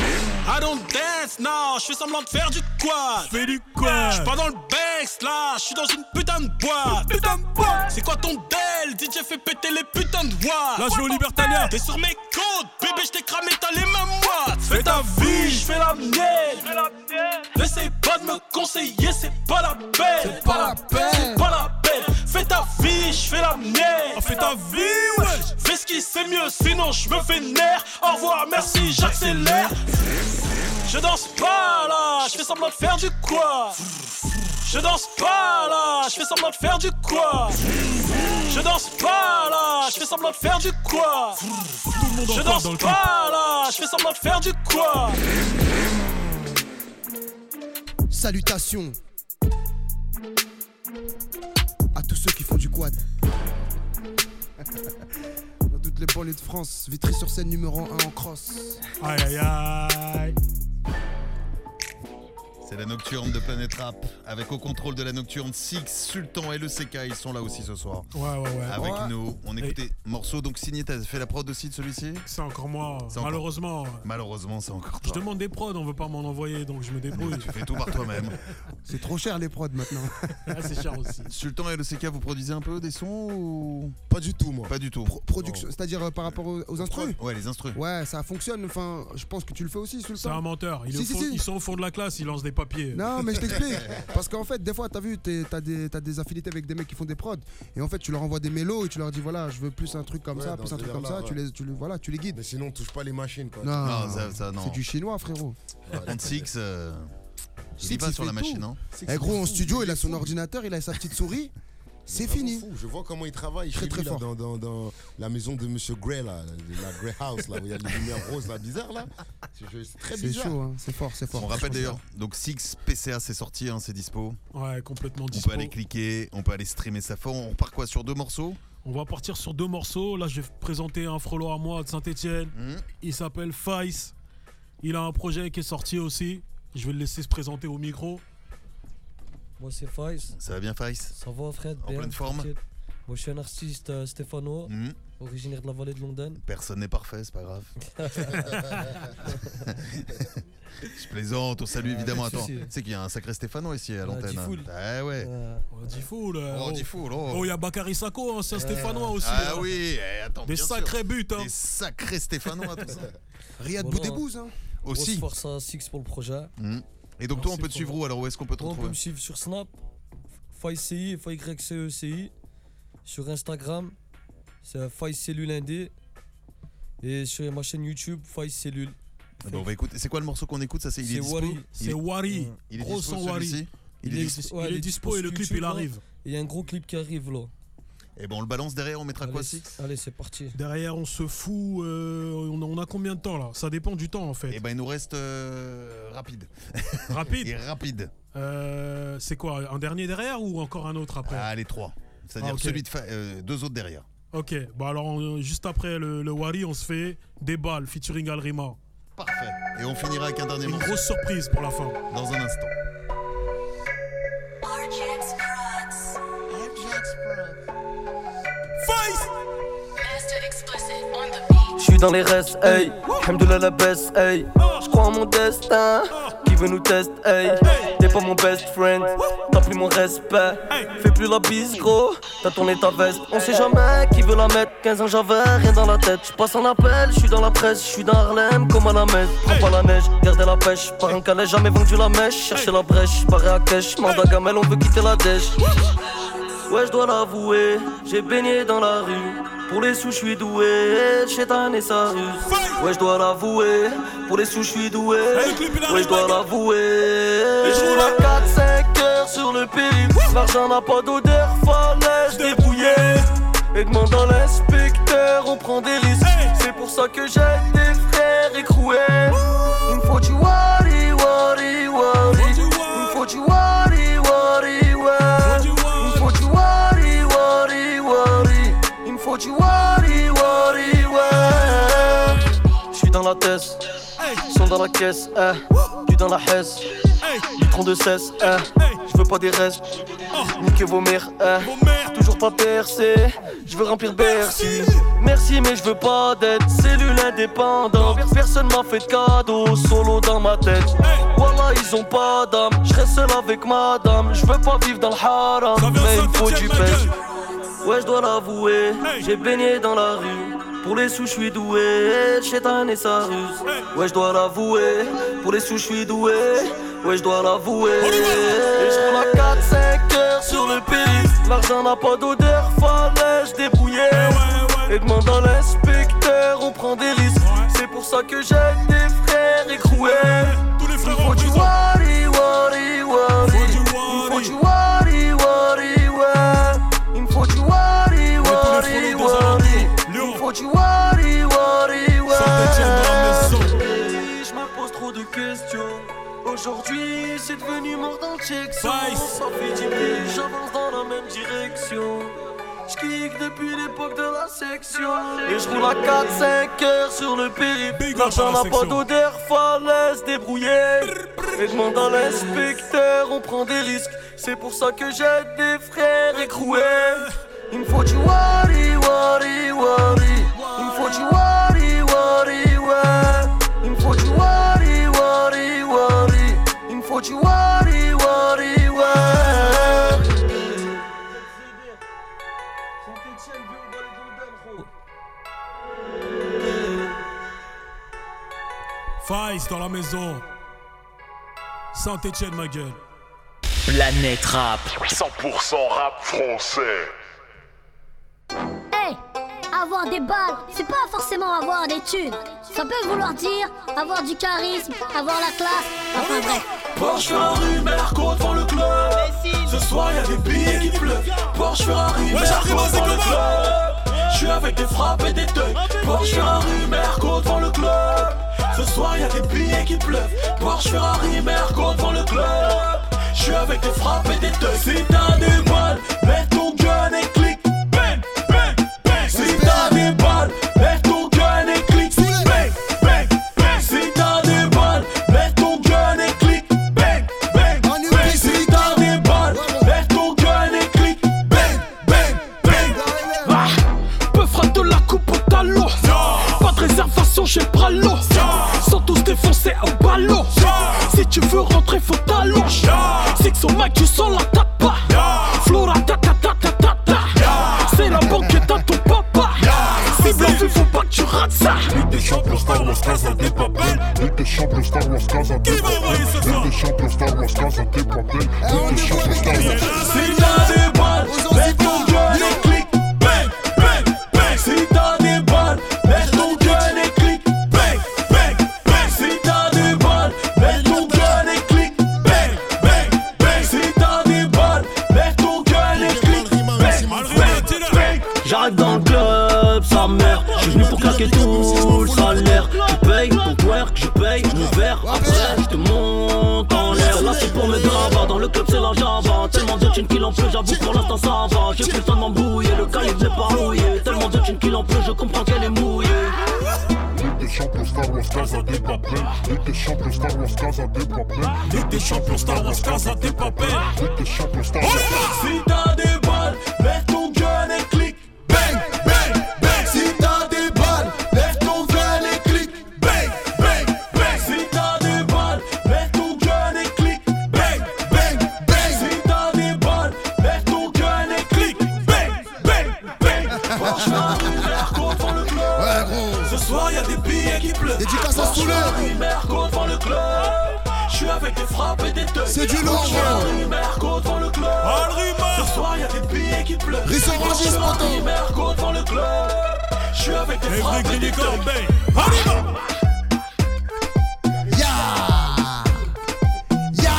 I don't dance, non, je fais semblant de faire du quad. Fais du quad. J'suis pas dans le banks là, j'suis dans une putain de boîte. Putain de boîte. C'est quoi ton del? D J fait péter les putains de watts. Là je vais au Libertalia. T'es sur mes côtes, bébé j't'ai cramé, t'as les mêmes moites. Fais ta vie, j'fais la mienne. N'essaye pas de me conseiller, c'est pas la peine. C'est pas la peine. C'est pas la peine. Fais ta vie, j'fais la mienne. Oh, fais ta vie, wesh. Fais ce qui c'est mieux, sinon j'me vénère. Au revoir, merci, j'accélère. Je danse pas là, je fais semblant de faire du quoi. Je danse pas là, je fais semblant de faire du quoi. Je danse pas là, je fais semblant de faire du quoi. Je danse pas là, je fais semblant de faire du quoi. Salutations à tous ceux qui font du quad. Dans toutes les banlieues de France, Vitry-sur-Seine numéro un en cross. Aïe aïe aïe. C'est la nocturne de Planète Rap, avec au contrôle de la nocturne Six, Sultan et le C K, ils sont là aussi ce soir. Ouais, ouais, ouais. Avec ouais. nous, on écoutait Et... morceau, donc signé, t'as fait la prod aussi de celui-ci? C'est encore moi, c'est malheureusement. Encore... Malheureusement, c'est encore toi. Je demande des prods, on veut pas m'en envoyer, donc je me débrouille. Tu fais tout par toi-même. C'est trop cher les prods maintenant. Ah, c'est cher aussi. Sultan et le C K, vous produisez un peu des sons ou... Pas du tout, moi. Pas du tout. Pro- production, oh. C'est-à-dire euh, par rapport aux, aux instrus? Ouais, les instrus. Ouais, ça fonctionne, enfin, je pense que tu le fais aussi, Sultan. C'est un menteur, il si, est si, fond, si. ils sont au fond de la classe, ils lancent des papiers. Non, mais je t'explique. Parce qu'en fait, des fois, t'as vu, t'es, t'as, des, t'as des affinités avec des mecs qui font des prods. Et en fait, tu leur envoies des mélos et tu leur dis voilà, je veux plus un truc comme ouais, ça, plus un truc comme ça. Ouais. Tu, les, tu, les, voilà, tu les guides. Mais sinon, touche pas les machines, quoi. Non, non, ça, ça, non. C'est du chinois, frérot. Par contre, Six, euh, Six, il pas il sur la tout. machine, hein. Eh gros, en studio, il a son ordinateur, il a sa petite souris. C'est fini. Fou. Je vois comment il travaille très, chez très lui, là, fort. dans, dans, dans la maison de Monsieur Grey, là, la Grey House, là, où il y a les lumières roses, là, bizarres, là. C'est très bizarre. C'est chaud, hein. C'est fort, c'est fort. On rappelle d'ailleurs, donc Six P C A, c'est sorti, hein, c'est dispo. Ouais, complètement on dispo. On peut aller cliquer, on peut aller streamer ça fort. On part quoi sur deux morceaux? On va partir sur deux morceaux. Là, je vais présenter un frelot à moi de Saint-Etienne. Mmh. Il s'appelle Faïs. Il a un projet qui est sorti aussi. Je vais le laisser se présenter au micro. Moi, c'est Faïs. Ça va bien, Faïs? Ça va, Fred? En bien, pleine forme? tranquille. Moi, je suis un artiste euh, stéphanois, mmh. originaire de la vallée de London. Personne n'est parfait, c'est pas grave. Je plaisante, on salue ah, évidemment. Attends, tu sais qu'il y a un sacré Stéphanois ici à l'antenne. Ah, hein. ouais. Euh... Oh, Difool. Oh, Difool. Oh, il oh, y a Bakary Sako, ancien euh... Stéphanois aussi. Ah hein. oui, eh, attends. Des sacrés sûr. buts. Hein. Des sacrés Stéphanois, tout ça. Riyad voilà. Boudébouze, hein. Aussi. Grosse force à Six pour le projet. Mmh. Et donc, toi, on peut te suivre où? Alors, où est-ce qu'on peut te retrouver? On peut me suivre sur Snap, FaïCI, F A Y C E C I. Sur Instagram, c'est Faïs Cellule Indé. Et sur ma chaîne YouTube, Faïs Cellule. Bon, bah écoute, c'est quoi le morceau qu'on écoute? Ça, c'est il est dispo. Wari. C'est Wari. Il est gros dispo, son Wari. Il, il est, dispo, ouais, il est dispo et le clip YouTube, il arrive. Il y a un gros clip qui arrive là. Et bon, on le balance derrière, on mettra allez, quoi, Six? Allez, c'est parti. Derrière, on se fout. Euh, on, a, on a combien de temps là? Ça dépend du temps en fait. Et ben, il nous reste euh, rapide. Rapide. Et rapide. Euh, c'est quoi? Un dernier derrière ou encore un autre après? Ah, les trois. C'est-à-dire ah, okay. celui de fa- euh, deux autres derrière. Ok, bah alors on, juste après le, le Wari, on se fait des balles featuring Alrima. Parfait. Et on finira avec un dernier Une morceau. grosse surprise pour la fin. Dans un instant. J'suis dans les restes, hey. Hamdoullah la baisse, hey. J'crois en mon destin. Qui veut nous tester, hey. T'es pas mon best friend. T'as plus mon respect. Fais plus la bise, gros. T'as tourné ta veste. On sait jamais qui veut la mettre. quinze ans j'avais rien dans la tête. J'passe en appel, j'suis dans la presse. J'suis dans Harlem comme à la messe. Prends pas la neige, gardez la pêche. Par un calais, jamais vendu la mèche. Chercher la brèche, parais à cash. Manda gamelle, on veut quitter la dèche. Ouais, je dois l'avouer, j'ai baigné dans la rue. Pour les sous, je suis doué, Chétan et sa ruse. Ouais, je dois l'avouer, pour les sous, je suis doué. Ouais, je dois l'avouer. Je roule à quatre cinq heures sur le périph'. L'argent n'a pas d'odeur, fallait se débrouiller. Et demande à l'inspecteur, on prend des risques. C'est pour ça que j'ai des frères écroués. Il me faut du wari, wari, wari. Il me faut du wari, wari, wari. Faut du wari, wari, ouais. J'suis dans la tête, son dans dans la caisse, eh. Du dans la hesse. Litron de cesse, eh. Je veux pas des restes. Niquez vos mères, eh. Toujours pas percé. Je veux remplir Bercy. Merci, mais je veux pas d'être cellule indépendante. Personne m'a fait de cadeau, solo dans ma tête. Wallah, ils ont pas d'âme. Je reste seul avec madame. Je veux pas vivre dans le haram, mais il faut du pêche. Ouais, je dois l'avouer, j'ai baigné dans la rue. Pour les sous, je suis doué, Chétan et sa ruse. Ouais, je dois l'avouer, pour les sous, je suis doué. Ouais, je dois l'avouer. Et je roule à quatre cinq heures sur le périph'. L'argent n'a pas d'odeur, fallait se débrouiller. Et demande à l'inspecteur, on prend des risques. C'est pour ça que j'ai des frères écroués. Il me faut du wari, wari, wari. Il me faut du wari, wari, ouais. Il me faut du wari, wari, wari. Il me faut du wari, wari, ouais. Je me pose trop de questions. Aujourd'hui, c'est devenu mort dans le check. Ça fait dix minutes, j'avance dans la même direction. J'kick depuis l'époque de la section. Et je roule à quatre cinq heures sur le périph'. L'argent n'a pas d'odeur, fallait se débrouiller. Et demande à l'inspecteur, on prend des risques. C'est pour ça que j'ai des frères écroués. Il me faut du wari, wari, wari. Il me faut du wari, wari, ouais. Il me faut du wari, wari, wari. Il me faut du wari, wari, ouais. Faïs dans la maison. Saint-Etienne, ma gueule. Planète Rap. cent pour cent rap français. Hey, avoir des balles, c'est pas forcément avoir des thunes. Ça peut vouloir dire avoir du charisme, avoir la classe, enfin bref. Porsche, Ferrari, Merco devant le club. Ce soir y'a des billets qui pleuvent. Porsche, Ferrari, Merco devant le club. J'suis avec des frappes et des deuils. Porsche, Ferrari, Merco devant le club. Ce soir y'a des billets qui pleuvent. Porsche, Ferrari, Merco devant le club. J'suis avec des frappes et des deuils. Si t'as des balles, mets ton gun et clique. Bang, bang, bang. Si t'as des balles, mets ton gun et clique. Bang, bang, bang. Si t'as des balles, mets ton gun et clique. Bang, bang, bang. Si t'as des balles, mets ton gun et clique. Bang, bang, bang. Ah, peu frappe de la coupe au talon. Pas de réservation chez Pralo. Sont tous défoncés au ballon. Si tu veux rentrer, faut t'allonger. C'est que son mec, tu sens la tapa. Flora, ta ta ta ta ta ta. C'est la banquette à ton papa. Si blanc, faut pas que tu rates ça. Ligue des champions Star Wars, Casa de Papel. Ligue des champions Star Wars, Casa de Papel. Ligue des champions Star Wars, Casa de Papel. Ligue des champions Star Wars. Si t'as des balles, mets ton gun et clique. Bang, bang, bang. Si t'as des balles, mets ton gun et clique. Bang, bang, bang. Si t'as des balles, mets ton gun et clique. Bang, bang, bang. Si t'as des balles, mets ton gun et clique. Bang, bang, bang. J'arrive dans le club, sa mère. J'suis venu pour claquer tout le salaire. Tu payes ton twerk, je paye mon verre. Après, j'te monte en l'air. Là, c'est pour mes gravats. Dans le club, c'est la java. Tellement de thunes qu'il en pleut, j'avoue pour l'instant ça va. J'ai plus le temps de m'embrouiller, le calibre n'est pas rouillé. Tellement de thunes qu'il en pleut, je comprends qu'elle est mouillée. Ligue des champions Star Wars, Casa de Papel. Ligue des champions Star Wars, Casa de Papel. Ligue des champions Star Wars, Casa de Papel. Ligue des champions Star Wars. Si t'as des balles, mets ton gun et clique. Bang, bang, bang. Si t'as des balles, lève ton gun et clique. Bang, bang, bang. Si t'as des balles, lève ton gun et clique. Bang, bang, bang. Si t'as des balles, lève ton gun et clique. Bang, bang, bang. Porsche, Ferrari, Merco devant le club. Ouais, gros. Ce soir y'a des billets qui pleuvent. Dédicace à Porsche, Soulé. Ferrari, Merco devant le club. J'suis avec des frappes et des deuils. C'est du lourd, Porsche, Ferrari, Merco devant le club. Ce soir y'a des billets qui pleuvent. Risson Rangis, Ferrari, Merco devant le club. J'suis avec des frappes et des deuils. Ya Ya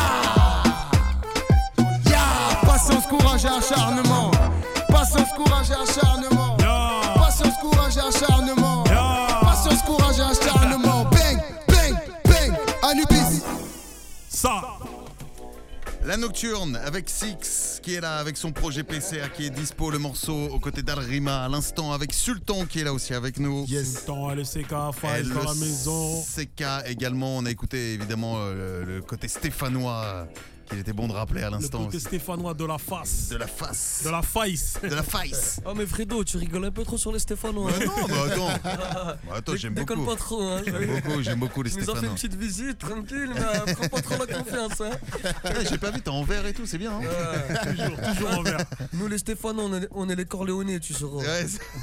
Ya. Patience, courage et acharnement. Patience, courage et acharnement. Patience, courage et acharnement. Patience, courage et acharnement. Bang, bang, bang. Anubis. Ça. La Nocturne avec Six qui est là avec son projet P C A qui est dispo, le morceau aux côtés d'Al-Rima à l'instant avec Sultan qui est là aussi avec nous. Yes. Sultan, L C K, Five dans la maison. C K également, on a écouté évidemment euh, le côté stéphanois qu'il était bon de rappeler à l'instant. Le côté stéphanois de la face. De la face. De la faïs. De la faïs. Oh mais Fredo, tu rigoles un peu trop sur les Stéphanois. Mais non, mais attends. Bah attends, j'aime beaucoup. Déconne pas trop. Hein. J'aime beaucoup, j'aime beaucoup les Tu nous as Stéphanois. fait une petite visite, tranquille, mais prends pas trop la confiance. Hein. Ouais, j'ai pas vu, t'es en vert et tout, c'est bien. Hein ouais. Toujours, toujours en vert. Nous les Stéphanois, on est, on est les Corléonais, tu sauras. Ouais,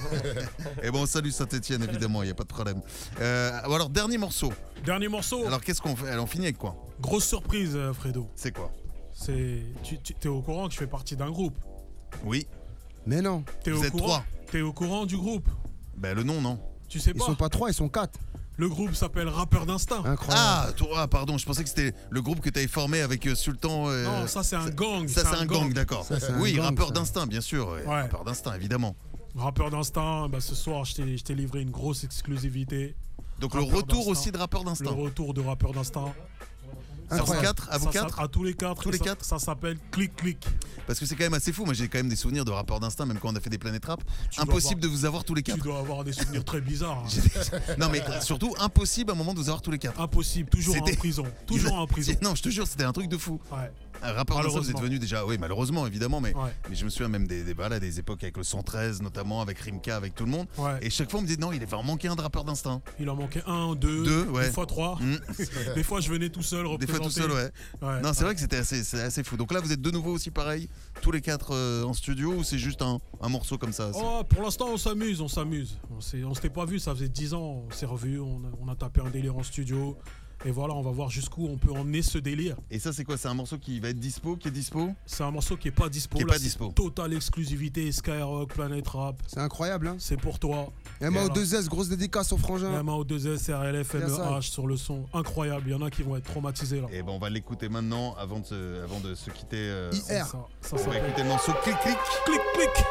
et bon, salut Saint-Etienne évidemment, il n'y a pas de problème. Euh, alors, dernier morceau. Dernier morceau. Alors, qu'est-ce qu'on fait? On finit avec quoi? Grosse surprise, Fredo. C'est quoi? C'est, tu, tu es au courant que je fais partie d'un groupe? Oui. Mais non. T'es Vous au êtes courant trois. T'es au courant du groupe? Ben le nom, non. Tu sais pas. Ils sont pas trois, ils sont quatre. Le groupe s'appelle Rappeur d'Instinct. Incroyable. Ah, toi, ah, pardon, je pensais que c'était le groupe que t'avais formé avec euh, Sultan. Euh, non, ça c'est un gang. Ça c'est un gang, gang d'accord. Oui, gang, Rappeur ça. d'Instinct, bien sûr. Ouais. Ouais. Rappeur d'Instinct, évidemment. Rappeur d'Instinct, bah, ce soir je t'ai, je t'ai livré une grosse exclusivité. Donc Rappeur le retour d'Instinct. aussi de Rappeur d'Instinct. Le retour de Rappeur d'Instinct. À vous quatre, à vous Ça, quatre ça, À tous les quatre. Tous les ça, quatre Ça s'appelle Clic Clic. Parce que c'est quand même assez fou. Moi, j'ai quand même des souvenirs de Rappeurs d'Instinct, même quand on a fait des Planètes Rap. Tu Impossible dois avoir- de vous avoir tous les Tu quatre. dois avoir des souvenirs très bizarres. hein. J'ai- non, mais surtout impossible à un moment de vous avoir tous les quatre. Impossible, toujours en C'était- prison. Toujours en prison. Non, je te jure, c'était un truc de fou. Ouais. Un rappeur d'Instinct, vous êtes Malheureusement. devenu déjà, oui, malheureusement, évidemment, mais, Ouais. mais je me souviens même des, des, voilà, des époques avec le cent treize, notamment avec Rimka, avec tout le monde. Ouais. Et chaque fois, on me disait non, il va en manquer un de Rappeur d'Instinct. Il en manquait un, deux, Deux, ouais. des fois trois. Mm. Des fois, je venais tout seul Des représenter. fois tout seul, ouais. Ouais. Non, c'est vrai que c'était assez, c'est assez fou. Donc là, vous êtes de nouveau aussi pareil, tous les quatre euh, en studio, ou c'est juste un, un morceau comme ça c'est- Oh, pour l'instant, on s'amuse, on s'amuse. On s'est- on s'était pas vu, ça faisait dix ans. On s'est revu, on a, on a tapé un délire en studio. Et voilà, on va voir jusqu'où on peut emmener ce délire. Et ça, c'est quoi? C'est un morceau qui va être dispo, qui est dispo? C'est un morceau qui est pas dispo. Qui est Là, pas c'est dispo. Totale exclusivité, Skyrock, Planet Rap. C'est incroyable, hein. C'est pour toi. M A O deux S, grosse dédicace au frangin. M A O deux S, R L F, M Bien E ça. H sur le son. Incroyable. Il y en a qui vont être traumatisés là. Et ben on va l'écouter maintenant avant de se, avant de se quitter. euh, I R. Ça, ça on va s'appelle écouter le morceau Clic Clic. Clic Clic.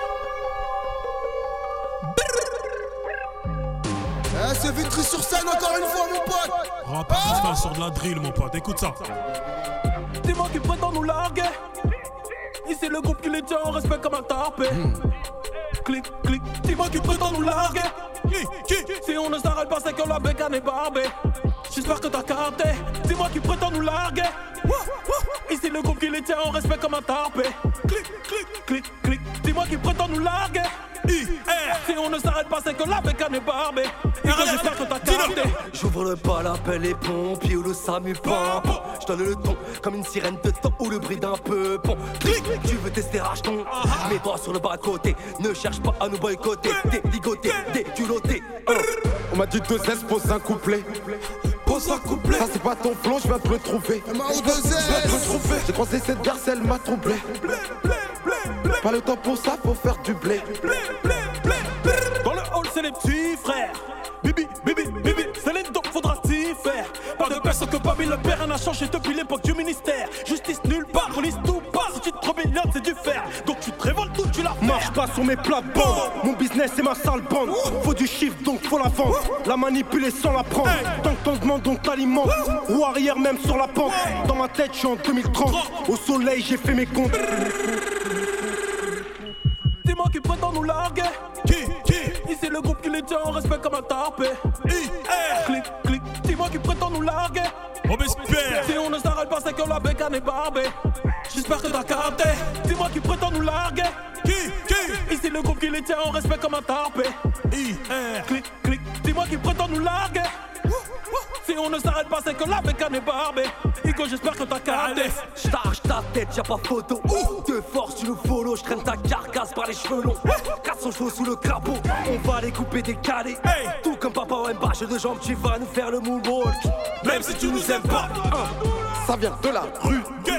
Eh, c'est Vitry sur scène encore une fois, mon pote. Rappeur d'Instinct sur de la drill, mon pote. Écoute ça. Dis-moi qui prétend nous larguer. Ici le groupe qui les tient en respect comme un tarpé. Clic, clic, dis-moi qui prétend nous larguer. Si on ne s'arrête pas, c'est que la bécane est barbée. J'espère que t'as capté. Dis-moi qui prétend nous larguer. Ici le groupe qui les tient en respect comme un tarpé. Clic, clic, clic, clic, dis-moi qui prétend nous larguer. Si on ne s'arrête pas, c'est que la bécane est barbée. Et que j'espère que t'as capté. J'ouvre le bal, appelle les pompiers ou le SAMU pump. Je donne le ton comme une sirène de temps ou le bruit d'un peupon. Clic, tu veux tester racheton. Mets-toi sur le bas côté. Ne cherche pas à nous boycotter. T'es ligoté, t'es culotté. On m'a dit deux S, pose un couplet. Pose un couplet. Ça c'est pas ton plan, je viens de le trouver. M A O deux S. Je viens de le trouver. J'ai croisé cette garce, elle m'a troublé. Pas le temps pour ça, faut faire du blé. Dans le hall, c'est les petits frères. Bibi, bibi, bibi, c'est les dons, faudra s'y faire. Pas de personne que Babi, le père, n'a changé depuis l'époque du ministère. Justice nulle part, police tout part. Si tu te rébellions, c'est du fer. Donc tu te révoltes ou tu la fais. Marche pas sur mes plates-bandes. Mon business c'est ma sale bande. Faut du chiffre donc faut la vendre. La manipuler sans la prendre. Tant que t'en demandes on t'alimente. Ou arrière même sur la pente. Dans ma tête je suis en deux mille trente. Au soleil j'ai fait mes comptes. Dis-moi qui prétend nous larguer. Qui, qui Ici le groupe qui les tient en respect comme un tarpé. I, R. Clic, clic, dis-moi qui prétend nous larguer. Robespierre. Si on ne s'arrête pas, c'est que la bécane est barbée. J'espère que t'as capté. Dis-moi qui prétend nous larguer. Qui, qui Ici le groupe qui les tient en respect comme un tarpé. I, R. Clic, clic, dis-moi qui prétend nous larguer. Si on ne s'arrête pas, c'est que la bécane est barbée. Ico, j'espère que t'as capté. J't'arrache ta tête, y'a pas photo. De force, tu nous follow, j'traîne ta carcasse par les cheveux longs. quatre cents chevaux sous le crapaud, on va les couper décalés. Tout comme Papa Wemba, jeu de jambes, tu vas nous faire le moonwalk. Même si tu nous aimes pas. Ça vient de la rue.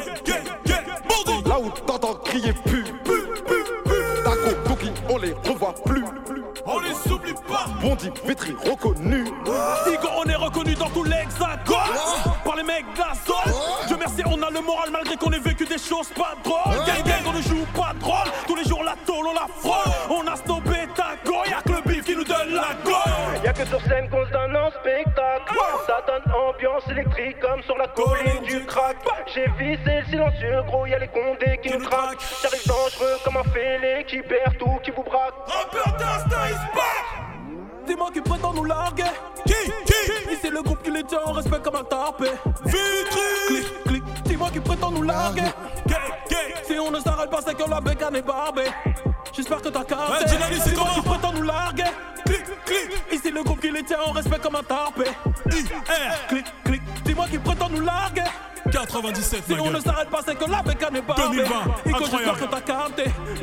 Là où t'entends crier pu. Dago, Cookie, on les revoit plus. On les oublie pas. Bondi, Vitry, reconnu. Igo, on est reconnu dans tout l'hexagone par les mecs de la zone. Dieu merci, on a le moral malgré qu'on ait vécu des choses pas drôles. Gang gang, on ne joue pas de rôle. Tous les jours la tôle, on la frôle. On a snobé ta go, y'a que le bif qui nous donne la go. Y'a que sur scène qu'on se donne en spectacle. Ça donne ambiance. ambiance électrique comme sur la colline du crack. J'ai vissé le silencieux, gros, y'a les condés qui nous traquent. J'arrive dangereux comme un fêlé qui perd tout, qui vous braque. Rappeur d'instinct, il se bat. Dis-moi qui prétend nous larguer. Qui, qui Ici le groupe qui les tient en respect comme un tarpé. Vitry. Clic, clic. Dis-moi qui prétend nous larguer. Si on ne s'arrête pas, c'est que la bécane est barbée. J'espère que t'as capté. Dis-moi qui prétend nous larguer. Clic, clic. Ici le groupe qui les tient en respect comme un tarpé. I R. Clic, clic. Dis-moi qui prétend nous larguer. quatre-vingt-dix-sept. Si on ne s'arrête pas, c'est que la bécane est barbée. deux mille vingt. Et que j'espère Incroyable. que t'as capté.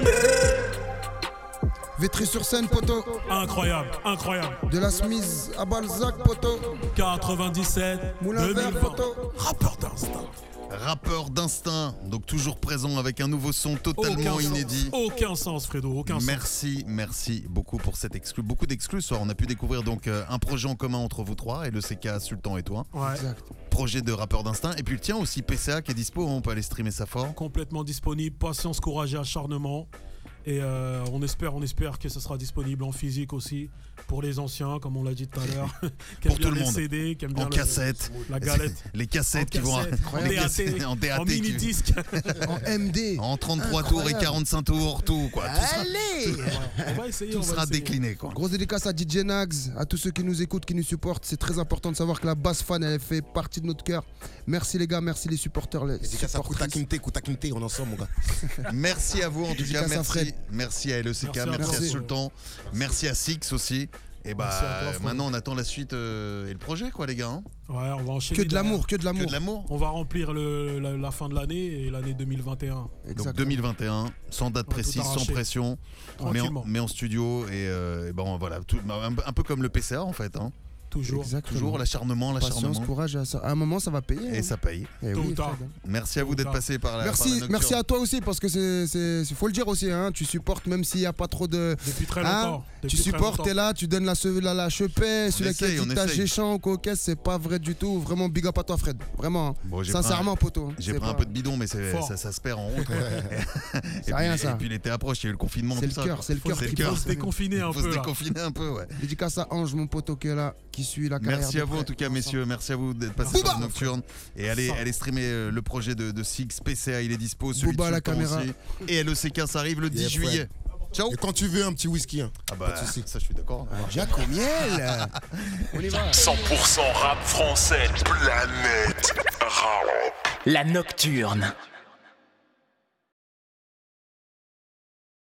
Vitry sur scène, poteau. Incroyable, incroyable. De la Smise à Balzac, poteau. quatre-vingt-dix-sept. Moulin deux vert, mille vingt. poteau. Rappeur d'instinct. Rappeur d'instinct, donc toujours présent avec un nouveau son totalement Aucun inédit. Sens. Aucun sens, Fredo, aucun sens. Merci, merci beaucoup pour cette exclu. Beaucoup d'exclus ce soir. On a pu découvrir donc euh, un projet en commun entre vous trois, et le C K, Sultan et toi. Ouais. Exact. Projet de rappeur d'instinct. Et puis le tien aussi, P C A, qui est dispo. On peut aller streamer ça fort. Complètement disponible, patience, courage et acharnement. Et euh, on espère, on espère que ça sera disponible en physique aussi pour les anciens, comme on l'a dit tout à l'heure. qui aiment Pour bien tout le les monde. C D, qui aiment bien En le- cassette. la galette. Les cassettes En qui vont cassette, en les D A T, cassettes- en D A T en qui- mini-disque. En M D. En trente-trois tours et quarante-cinq tours, tout quoi. Tout sera- Allez. On va essayer. Tout on va sera essayer. décliné quoi. Grosse dédicace à D J Nags, à tous ceux qui nous écoutent, qui nous supportent. C'est très important de savoir que la basse fan, elle fait partie de notre cœur. Merci les gars, merci les supporters. Les Dédicace à Kuta supportrices. Kinte, Kuta Kinte, on est ensemble, mon gars. Merci à vous en tout cas. Dédicace à Merci, Fred. merci à L E C K, Merci à merci à, toi. Sultan, merci à Six aussi. Et bah Merci à toi, Fred. maintenant on attend la suite euh, et le projet quoi les gars. hein. Ouais, on va enchaîner. Que de l'amour, derrière. que de Que l'amour. de l'amour. On va remplir le, la, la fin de l'année et l'année deux mille vingt et un. Donc Exactement. deux mille vingt et un, sans date On va précise, tout sans arracher. pression, mais en, Tranquillement. mais en studio et, euh, et bon voilà, tout- un, un peu comme le P C A en fait. Hein. Toujours. Exactement. Toujours l'acharnement, Patience, l'acharnement. courage. À à un moment, ça va payer. Et hein. ça paye. Eh Tôt oui, ou tard. Fred, hein. Merci à vous d'être Tard. passé par la par la Merci, nocturne. merci à toi aussi parce que c'est, c'est, c'est- faut le dire aussi, hein, tu supportes même s'il n'y a pas trop de. Depuis très Hein, longtemps. tu Depuis très supportes, longtemps. t'es là, tu donnes la, se- la, la chepet, celui qui essaye, on dit t'as essaye. géchant ou coquette, c'est pas vrai du tout. Vraiment big up à toi, Fred. Vraiment, hein. Bon, j'ai sincèrement, pris un- poteau. hein. J'ai C'est pris un pas- peu de bidon, mais c'est- Fort. ça, ça se perd en route. et, C'est rien, puis, ça. et puis l'été approche, il y a eu le confinement. C'est tout le ça, cœur, quoi. c'est le cœur C'est qui le cœur. Faut se déconfiner un Il faut peu se là. déconfiner un peu, ouais. Dédicace à Ange, mon poteau qui est là, qui suit la carrière. Merci de à vous en près. tout cas, messieurs. Merci à vous d'être passés Booba sur la nocturne. Et allez, Ça. allez streamer euh, le projet de, de Six, P C A, il est dispo. Celui Booba à de la Sultan caméra. aussi. Et L E C K, ça arrive le dix Yeah, juillet. Ciao. Et quand tu veux un petit whisky, hein. Ah bah, Pas de soucis. ça je suis d'accord. Jack au miel. On y va. cent pour cent rap français. Planète Rap. La nocturne.